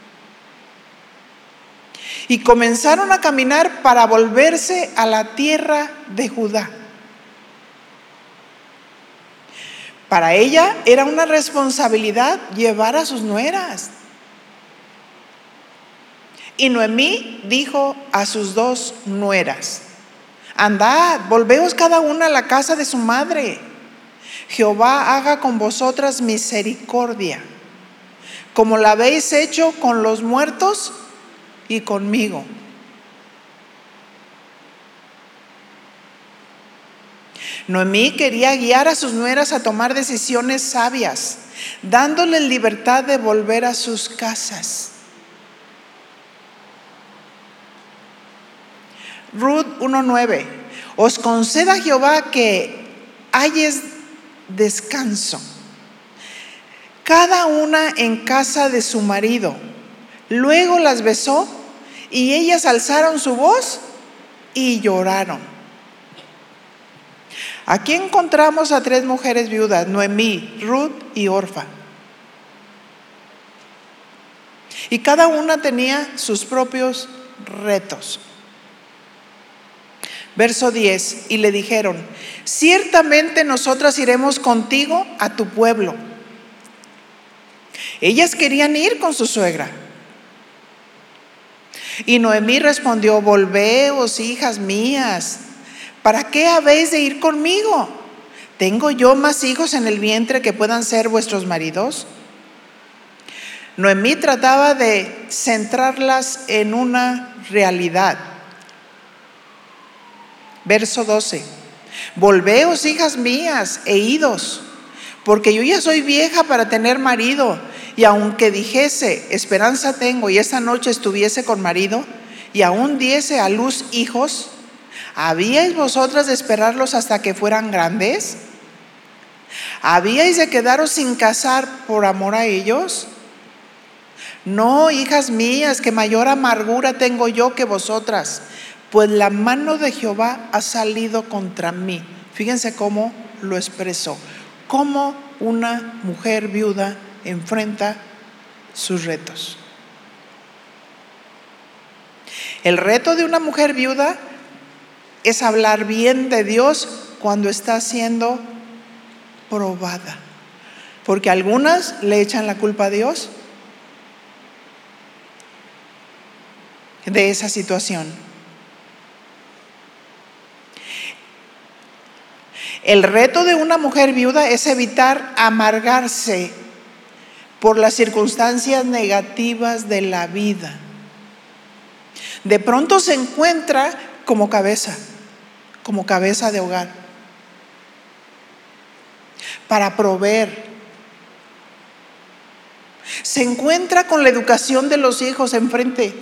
Y comenzaron a caminar para volverse a la tierra de Judá. Para ella era una responsabilidad llevar a sus nueras. Y Noemí dijo a sus dos nueras: andad, volveos cada una a la casa de su madre. Jehová haga con vosotras misericordia, como la habéis hecho con los muertos y conmigo. Noemí quería guiar a sus nueras a tomar decisiones sabias, dándoles libertad de volver a sus casas. Ruth uno nueve. Os conceda Jehová que halles descanso, cada una en casa de su marido. Luego las besó y ellas alzaron su voz y lloraron. Aquí encontramos a tres mujeres viudas: Noemí, Ruth y Orfa. Y cada una tenía sus propios retos. Verso diez. Y le dijeron: ciertamente nosotras iremos contigo a tu pueblo. Ellas querían ir con su suegra. Y Noemí respondió: volveos, hijas mías, ¿para qué habéis de ir conmigo? ¿Tengo yo más hijos en el vientre que puedan ser vuestros maridos? Noemí trataba de centrarlas en una realidad. Verso doce. Volveos, hijas mías, e idos, porque yo ya soy vieja para tener marido, y aunque dijese esperanza tengo y esta noche estuviese con marido, y aún diese a luz hijos, ¿habíais vosotras de esperarlos hasta que fueran grandes? ¿Habíais de quedaros sin casar por amor a ellos? No, hijas mías, que mayor amargura tengo yo que vosotras, pues la mano de Jehová ha salido contra mí. Fíjense cómo lo expresó, cómo una mujer viuda enfrenta sus retos. El reto de una mujer viuda es hablar bien de Dios cuando está siendo probada, porque algunas le echan la culpa a Dios de esa situación. El reto de una mujer viuda es evitar amargarse por las circunstancias negativas de la vida. De pronto se encuentra como cabeza, como cabeza de hogar, para proveer. Se encuentra con la educación de los hijos enfrente.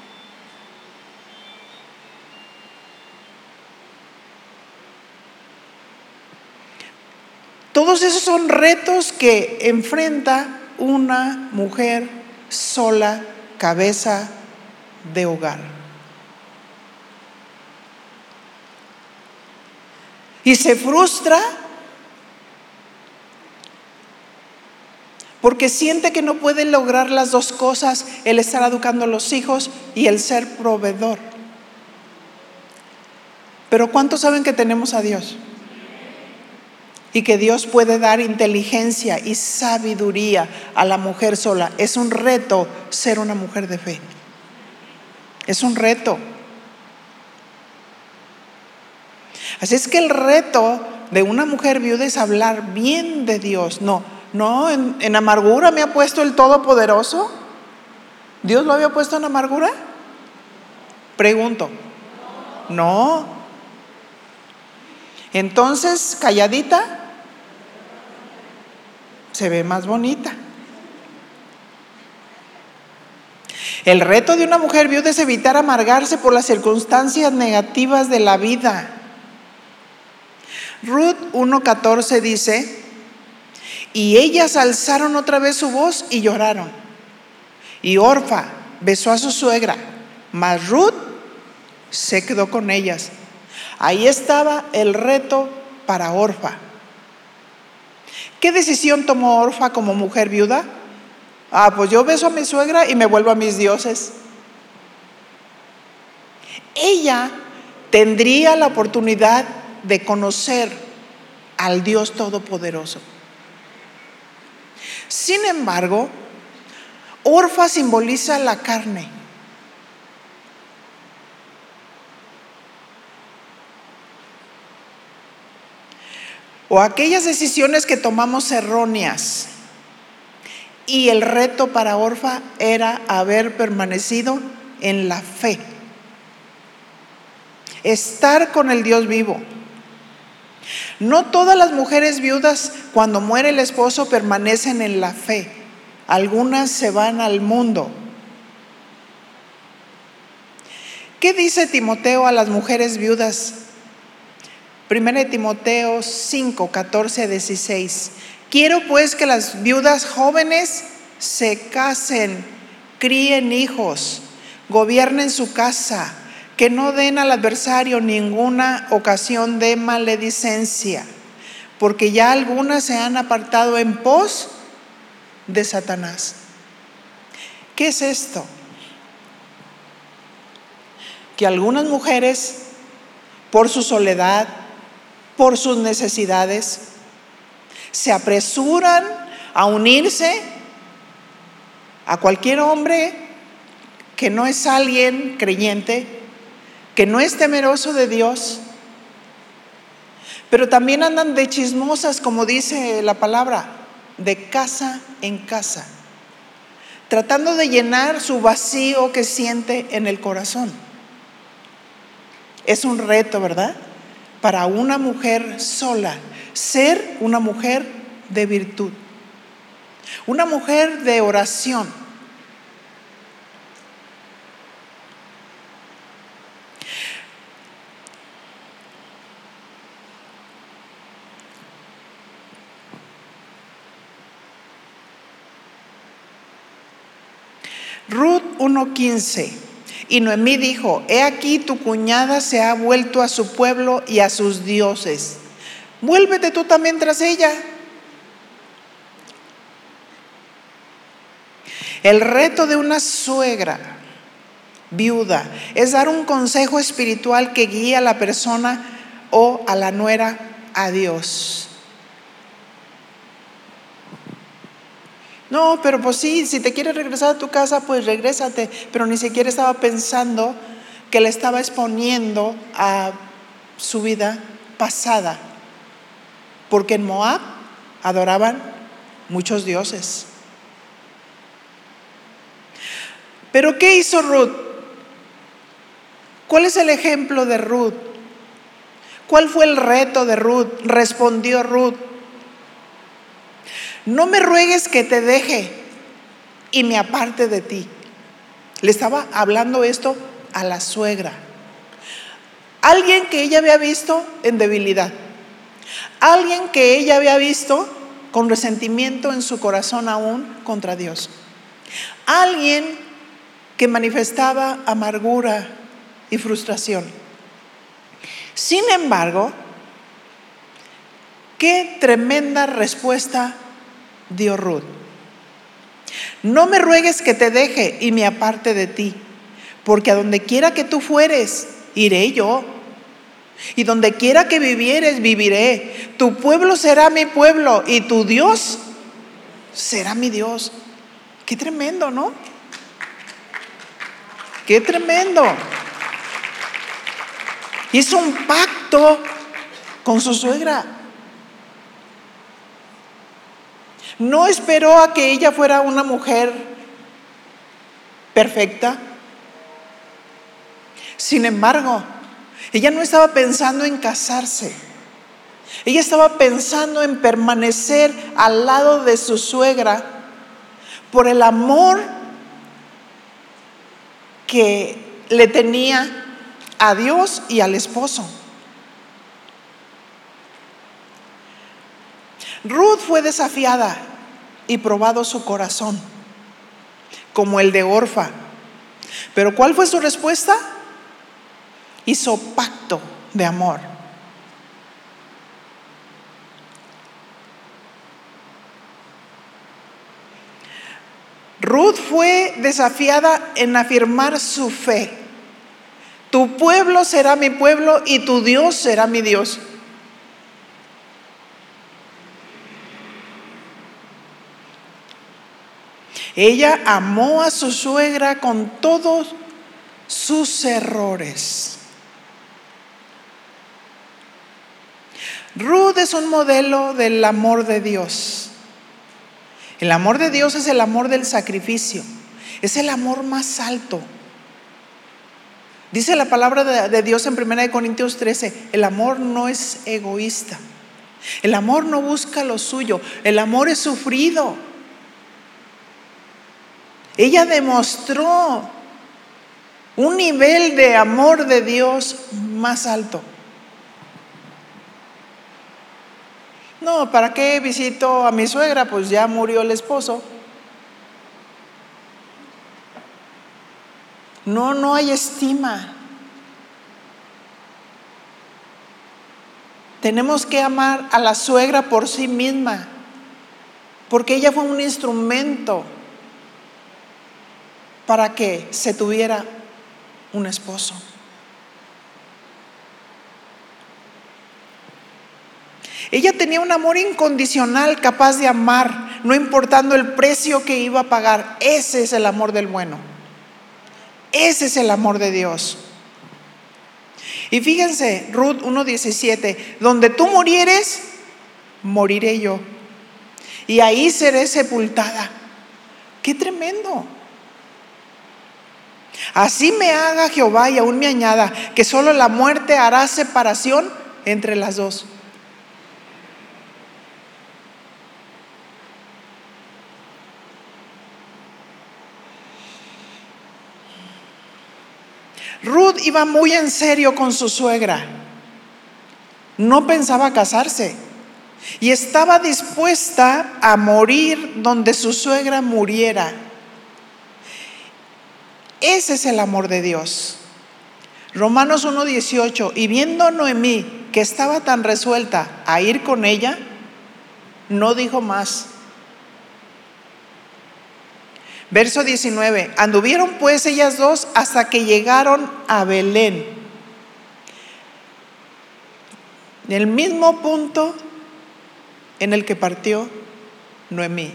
Todos esos son retos que enfrenta una mujer sola, cabeza de hogar. Y se frustra porque siente que no puede lograr las dos cosas: el estar educando a los hijos y el ser proveedor. Pero ¿cuántos saben que tenemos a Dios? Y que Dios puede dar inteligencia y sabiduría a la mujer sola. Es un reto ser una mujer de fe. Es un reto. Así es que el reto de una mujer viuda es hablar bien de Dios. No, no, en, en amargura me ha puesto el Todopoderoso. ¿Dios lo había puesto en amargura? Pregunto. No. Entonces, calladita, se ve más bonita. El reto de una mujer viuda es evitar amargarse por las circunstancias negativas de la vida. Ruth uno catorce dice: y ellas alzaron otra vez su voz y lloraron. Y Orfa besó a su suegra, mas Ruth se quedó con ellas. Ahí estaba el reto para Orfa. ¿Qué decisión tomó Orfa como mujer viuda? Ah, pues yo beso a mi suegra y me vuelvo a mis dioses. Ella tendría la oportunidad de conocer al Dios Todopoderoso. Sin embargo, Orfa simboliza la carne. O aquellas decisiones que tomamos erróneas. Y el reto para Orfa era haber permanecido en la fe. Estar con el Dios vivo. No todas las mujeres viudas, cuando muere el esposo, permanecen en la fe. Algunas se van al mundo. ¿Qué dice Timoteo a las mujeres viudas? Primera de Timoteo cinco, catorce a dieciséis. Quiero pues que las viudas jóvenes se casen, críen hijos, gobiernen su casa, que no den al adversario ninguna ocasión de maledicencia, porque ya algunas se han apartado en pos de Satanás. ¿Qué es esto? Que algunas mujeres, por su soledad, por sus necesidades, se apresuran a unirse a cualquier hombre que no es alguien creyente, que no es temeroso de Dios, pero también andan de chismosas, como dice la palabra, de casa en casa, tratando de llenar su vacío que siente en el corazón. Es un reto, ¿verdad?, para una mujer sola, ser una mujer de virtud, una mujer de oración. Ruth uno quince. Y Noemí dijo: he aquí tu cuñada se ha vuelto a su pueblo y a sus dioses. Vuélvete tú también tras ella. El reto de una suegra viuda es dar un consejo espiritual que guíe a la persona o a la nuera a Dios. No, pero pues sí, si te quieres regresar a tu casa, pues regrésate. Pero ni siquiera estaba pensando que le estaba exponiendo a su vida pasada. Porque en Moab adoraban muchos dioses. Pero ¿qué hizo Ruth? ¿Cuál es el ejemplo de Ruth? ¿Cuál fue el reto de Ruth? Respondió Ruth: no me ruegues que te deje y me aparte de ti. Le estaba hablando esto a la suegra. Alguien que ella había visto en debilidad. Alguien que ella había visto con resentimiento en su corazón aún contra Dios. Alguien que manifestaba amargura y frustración. Sin embargo, qué tremenda respuesta dio Ruth. No me ruegues que te deje y me aparte de ti, porque a donde quiera que tú fueres, iré yo, y donde quiera que vivieres, viviré. Tu pueblo será mi pueblo y tu Dios será mi Dios. Qué tremendo, ¿no? Qué tremendo. Hizo un pacto con su suegra. No esperó a que ella fuera una mujer perfecta. Sin embargo, ella no estaba pensando en casarse. Ella estaba pensando en permanecer al lado de su suegra por el amor que le tenía a Dios y al esposo. Ruth fue desafiada y probado su corazón, como el de Orfa. Pero ¿cuál fue su respuesta? Hizo pacto de amor. Ruth fue desafiada en afirmar su fe. Tu pueblo será mi pueblo y tu Dios será mi Dios. Ella amó a su suegra con todos sus errores. Ruth es un modelo del amor de Dios. El amor de Dios es el amor del sacrificio. Es el amor más alto. Dice la palabra de, de Dios en primera de Corintios trece, el amor no es egoísta. El amor no busca lo suyo. El amor es sufrido. Ella demostró un nivel de amor de Dios más alto. No, ¿para qué visito a mi suegra? Pues ya murió el esposo. No, no hay estima. Tenemos que amar a la suegra por sí misma, porque ella fue un instrumento para que se tuviera un esposo. Ella tenía un amor incondicional, capaz de amar, no importando el precio que iba a pagar. Ese es el amor del bueno. Ese es el amor de Dios. Y fíjense, Ruth uno diecisiete, donde tú murieres, moriré yo, y ahí seré sepultada. ¡Qué tremendo! Así me haga Jehová y aún me añada, que solo la muerte hará separación entre las dos. Ruth iba muy en serio con su suegra. No pensaba casarse y estaba dispuesta a morir donde su suegra muriera. Ese es el amor de Dios. Romanos uno dieciocho, y viendo Noemí que estaba tan resuelta a ir con ella, no dijo más. Verso diecinueve, anduvieron pues ellas dos hasta que llegaron a Belén, en el mismo punto en el que partió Noemí.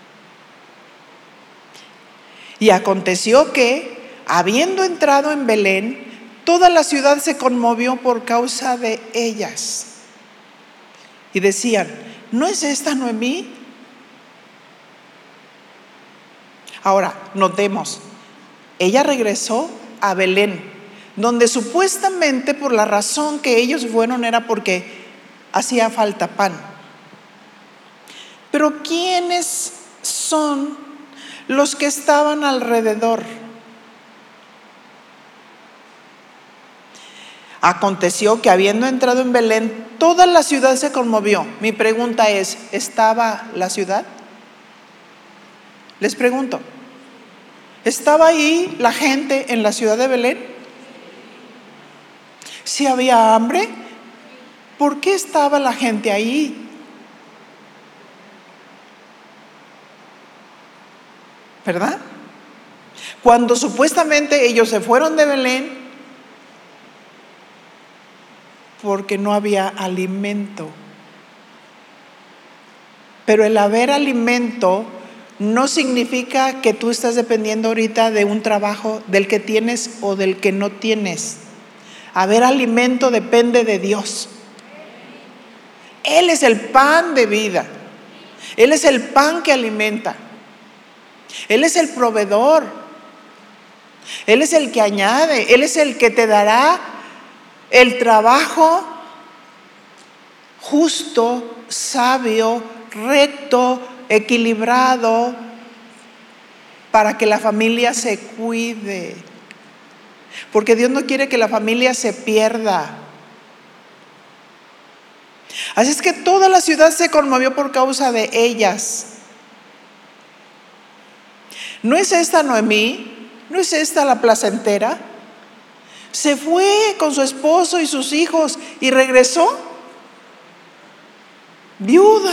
Y aconteció que, habiendo entrado en Belén, toda la ciudad se conmovió por causa de ellas. Y decían, ¿no es esta Noemí? Ahora, notemos, ella regresó a Belén, donde supuestamente por la razón que ellos fueron era porque hacía falta pan. Pero ¿quiénes son los que estaban alrededor? Aconteció que habiendo entrado en Belén, toda la ciudad se conmovió. Mi pregunta es, ¿estaba la ciudad? Les pregunto, ¿estaba ahí la gente en la ciudad de Belén? Si había hambre, ¿por qué estaba la gente ahí? ¿Verdad? Cuando supuestamente ellos se fueron de Belén porque no había alimento. Pero el haber alimento no significa que tú estás dependiendo ahorita de un trabajo del que tienes o del que no tienes. Haber alimento depende de Dios. Él es el pan de vida. Él es el pan que alimenta. Él es el proveedor. Él es el que añade. Él es el que te dará el trabajo justo, sabio, recto, equilibrado, para que la familia se cuide. porque Dios no quiere que la familia se pierda. Así es que toda la ciudad se conmovió por causa de ellas. ¿No es esta Noemí? ¿No es esta la placentera? Se fue con su esposo y sus hijos y regresó viuda.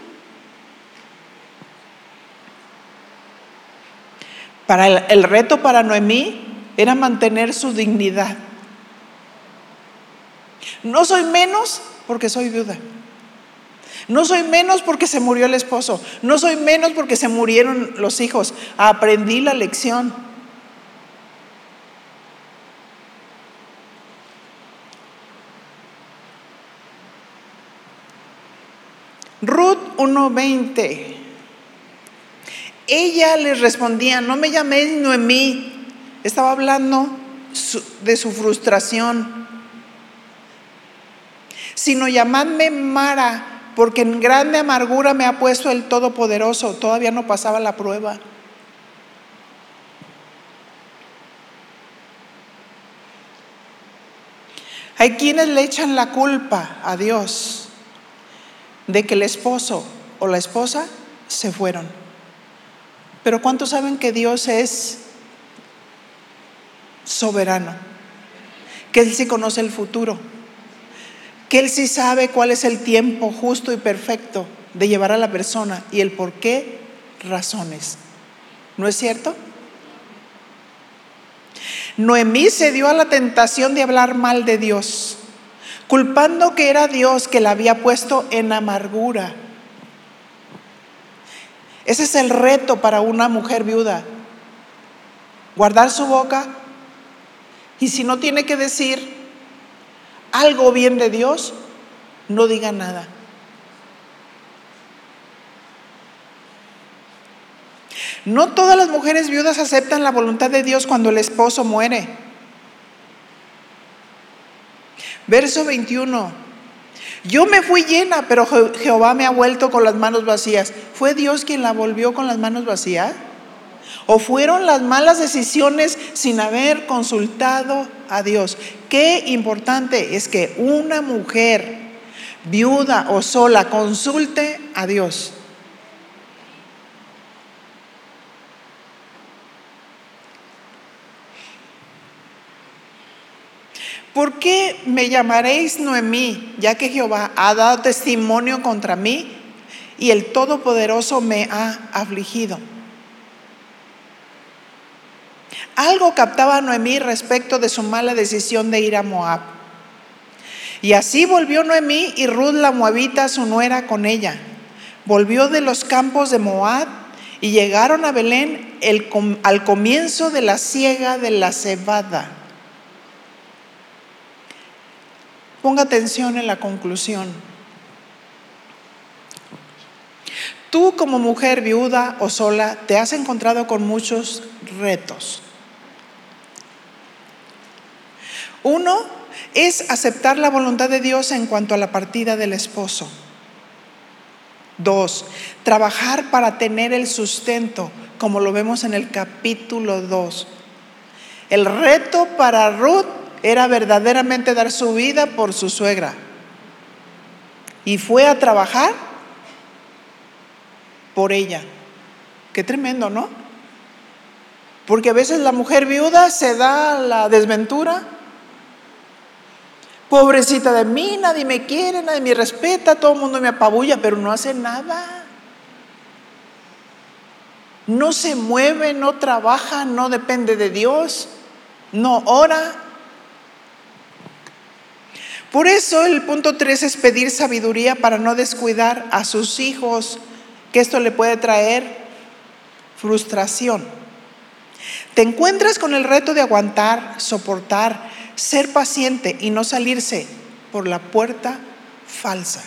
Para el, el reto para Noemí era mantener su dignidad. No soy menos porque soy viuda. No soy menos porque se murió el esposo. No soy menos porque se murieron los hijos. Aprendí la lección. Ruth uno veinte. Ella les respondía: no me llaméis Noemí. Estaba hablando de su frustración. Sino llamadme Mara, porque en grande amargura me ha puesto el Todopoderoso. Todavía no pasaba la prueba. Hay quienes le echan la culpa a Dios de que el esposo o la esposa se fueron. Pero ¿cuántos saben que Dios es soberano? Que Él sí conoce el futuro, que Él sí sabe cuál es el tiempo justo y perfecto de llevar a la persona y el por qué razones. ¿No es cierto? Noemí se dio a la tentación de hablar mal de Dios, culpando que era Dios que la había puesto en amargura. Ese es el reto para una mujer viuda: guardar su boca, y si no tiene que decir algo bien de Dios, no diga nada. No todas las mujeres viudas aceptan la voluntad de Dios cuando el esposo muere. Verso veintiuno. Yo me fui llena, pero Jehová me ha vuelto con las manos vacías. ¿Fue Dios quien la volvió con las manos vacías? ¿O fueron las malas decisiones sin haber consultado a Dios? Qué importante es que una mujer viuda o sola consulte a Dios. ¿Por qué me llamaréis Noemí, ya que Jehová ha dado testimonio contra mí y el Todopoderoso me ha afligido? Algo captaba a Noemí respecto de su mala decisión de ir a Moab. Y así volvió Noemí y Ruth la moabita, su nuera, con ella. Volvió de los campos de Moab y llegaron a Belén el, al comienzo de la siega de la cebada. Ponga atención en la conclusión. Tú, como mujer viuda o sola, te has encontrado con muchos retos. Uno es aceptar la voluntad de Dios en cuanto a la partida del esposo. Dos, trabajar para tener el sustento, como lo vemos en el capítulo dos. El reto para Ruth era verdaderamente dar su vida por su suegra. Y fue a trabajar por ella. Qué tremendo, ¿no? Porque a veces la mujer viuda se da la desventura. Pobrecita de mí, nadie me quiere, nadie me respeta, todo el mundo me apabulla, pero no hace nada. No se mueve, no trabaja, no depende de Dios, no ora. Por eso el punto tres es pedir sabiduría para no descuidar a sus hijos, que esto le puede traer frustración. Te encuentras con el reto de aguantar, soportar, ser paciente y no salirse por la puerta falsa.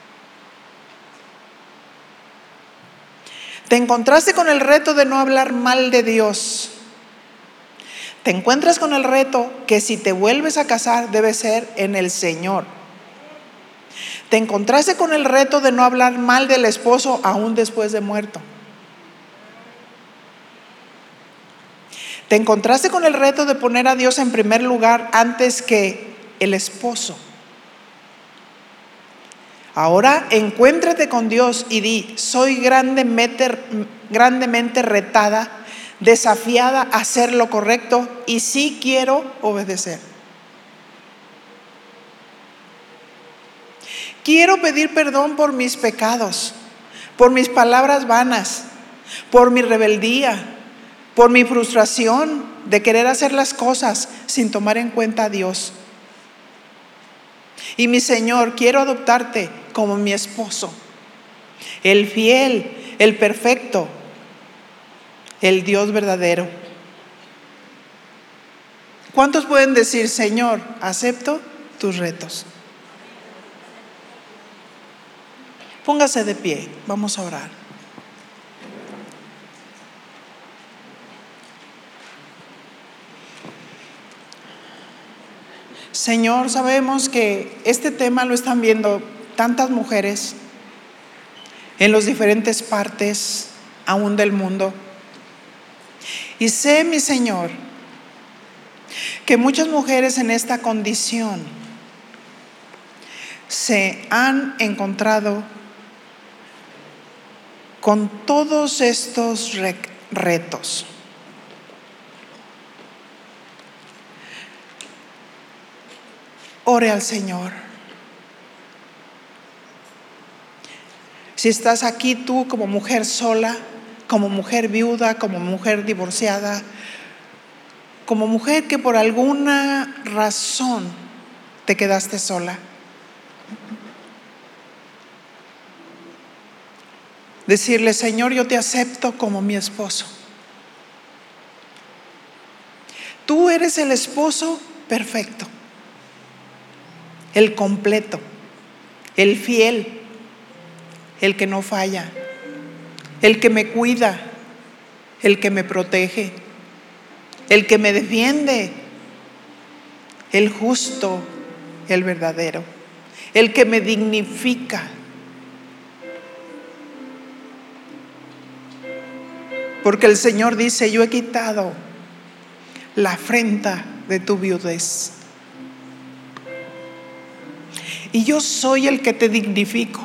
Te encontraste con el reto de no hablar mal de Dios. Te encuentras con el reto que si te vuelves a casar debe ser en el Señor. Te encontraste con el reto de no hablar mal del esposo aún después de muerto. Te encontraste con el reto de poner a Dios en primer lugar antes que el esposo. Ahora encuéntrate con Dios y di: soy grandemente, grandemente retada, desafiada a hacer lo correcto y sí quiero obedecer. Quiero pedir perdón por mis pecados, por mis palabras vanas, por mi rebeldía, por mi frustración de querer hacer las cosas sin tomar en cuenta a Dios. Y mi Señor, quiero adoptarte como mi esposo, el fiel, el perfecto, el Dios verdadero. ¿Cuántos pueden decir: Señor, acepto tus retos? Póngase de pie, vamos a orar. Señor, sabemos que este tema lo están viendo tantas mujeres en las diferentes partes aún del mundo. Y sé, mi Señor, que muchas mujeres en esta condición se han encontrado con todos estos retos. Ore al Señor. Si estás aquí tú como mujer sola, como mujer viuda, como mujer divorciada, como mujer que por alguna razón te quedaste sola, decirle: Señor, yo te acepto como mi esposo. Tú eres el esposo perfecto, el completo, el fiel, el que no falla, el que me cuida, el que me protege, el que me defiende, el justo, el verdadero, el que me dignifica. Porque el Señor dice: yo he quitado la afrenta de tu viudez. Y yo soy el que te dignifico.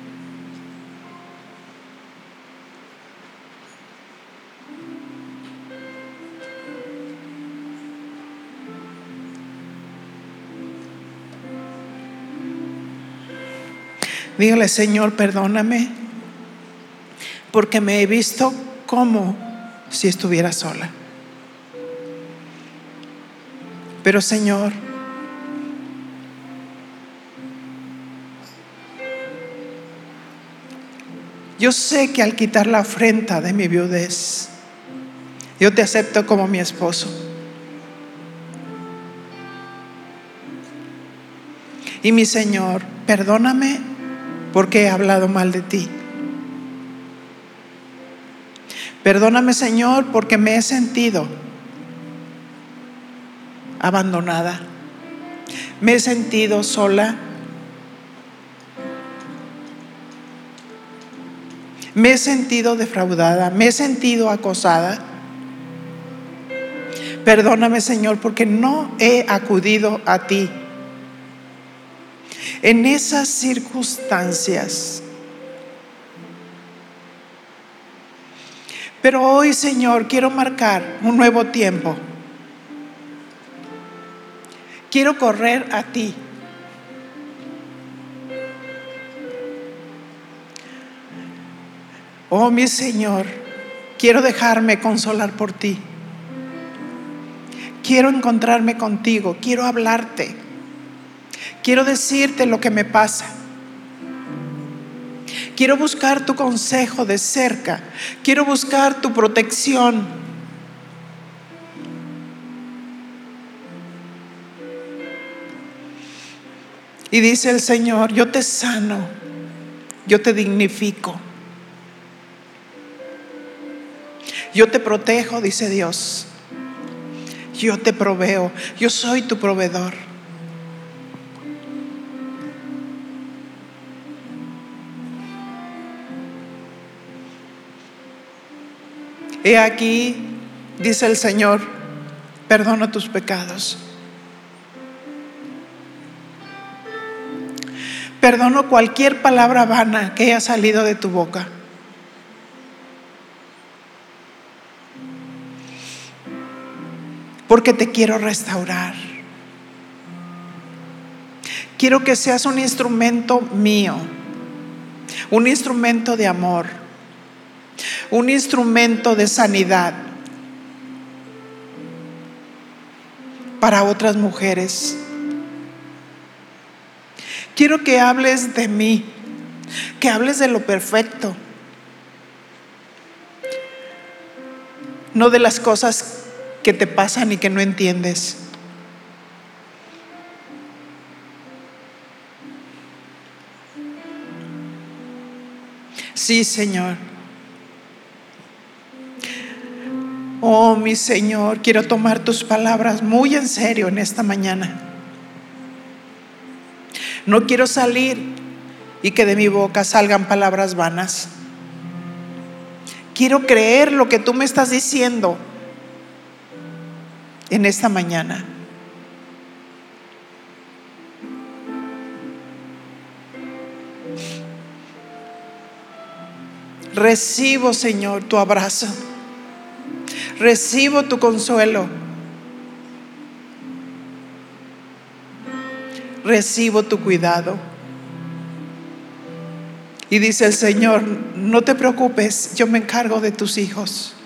Dígale: Señor, perdóname, porque me he visto como si estuviera sola. Pero Señor, yo sé que al quitar la afrenta de mi viudez, yo te acepto como mi esposo. Y mi Señor, perdóname porque he hablado mal de ti. Perdóname, Señor, porque me he sentido abandonada. Me he sentido sola. Me he sentido defraudada. Me he sentido acosada. Perdóname, Señor, porque no he acudido a ti en esas circunstancias. Pero hoy, Señor, quiero marcar un nuevo tiempo. Quiero correr a ti. Oh, mi Señor, quiero dejarme consolar por ti. Quiero encontrarme contigo. Quiero hablarte. Quiero decirte lo que me pasa. Quiero buscar tu consejo de cerca. Quiero buscar tu protección. Y dice el Señor: yo te sano, yo te dignifico, yo te protejo, dice Dios. Yo te proveo, yo soy tu proveedor. He aquí, dice el Señor, Perdono tus pecados. Perdono cualquier palabra vana que haya salido de tu boca. Porque te quiero restaurar. Quiero que seas un instrumento mío, un instrumento de amor, un instrumento de sanidad para otras mujeres. Quiero que hables de mí, que hables de lo perfecto, no de las cosas que te pasan y que no entiendes. Sí, Señor. Oh, mi Señor, quiero tomar tus palabras muy en serio en esta mañana. No quiero salir y que de mi boca salgan palabras vanas. Quiero creer lo que tú me estás diciendo en esta mañana. Recibo, Señor, tu abrazo. Recibo tu consuelo. Recibo tu cuidado. Y dice el Señor: no te preocupes, yo me encargo de tus hijos.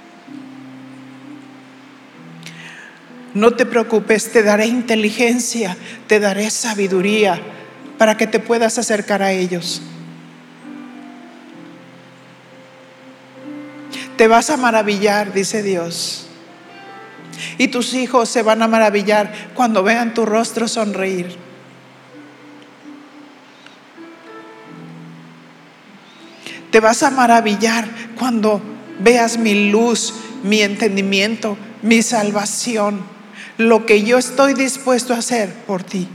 No te preocupes, te daré inteligencia, te daré sabiduría para que te puedas acercar a ellos. Te vas a maravillar, dice Dios. Y tus hijos se van a maravillar cuando vean tu rostro sonreír. Te vas a maravillar cuando veas mi luz, mi entendimiento, mi salvación, lo que yo estoy dispuesto a hacer por ti.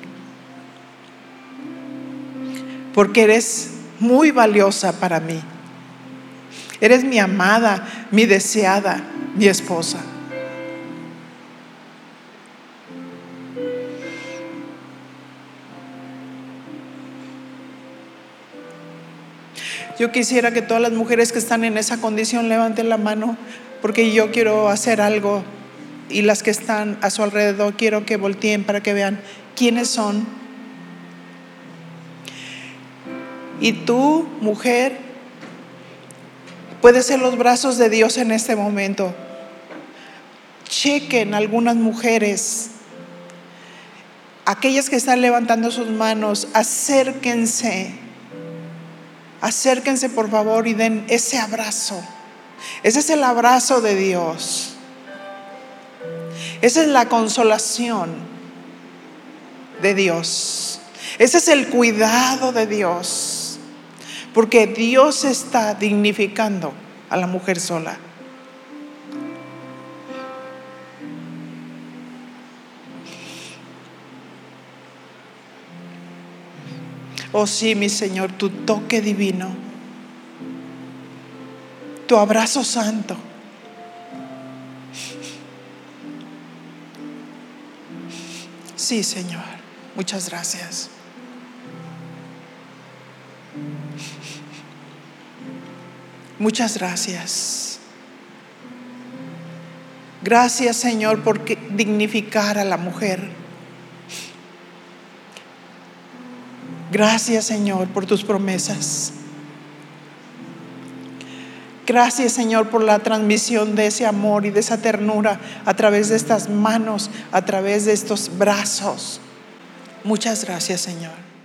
Porque eres muy valiosa para mí. Eres mi amada, mi deseada, mi esposa. Yo quisiera que todas las mujeres que están en esa condición levanten la mano, porque yo quiero hacer algo, y las que están a su alrededor quiero que volteen para que vean quiénes son. Y tú, mujer, puedes ser los brazos de Dios en este momento. Chequen algunas mujeres, aquellas que están levantando sus manos, acérquense, acérquense por favor y den ese abrazo. Ese es el abrazo de Dios. Esa es la consolación de Dios. Ese es el cuidado de Dios. Porque Dios está dignificando a la mujer sola. Oh sí, mi Señor, tu toque divino, tu abrazo santo. Sí, Señor, muchas gracias. Muchas gracias. Gracias, Señor, por dignificar a la mujer. Gracias, Señor, por tus promesas. Gracias, Señor, por la transmisión de ese amor y de esa ternura a través de estas manos, a través de estos brazos. Muchas gracias, Señor.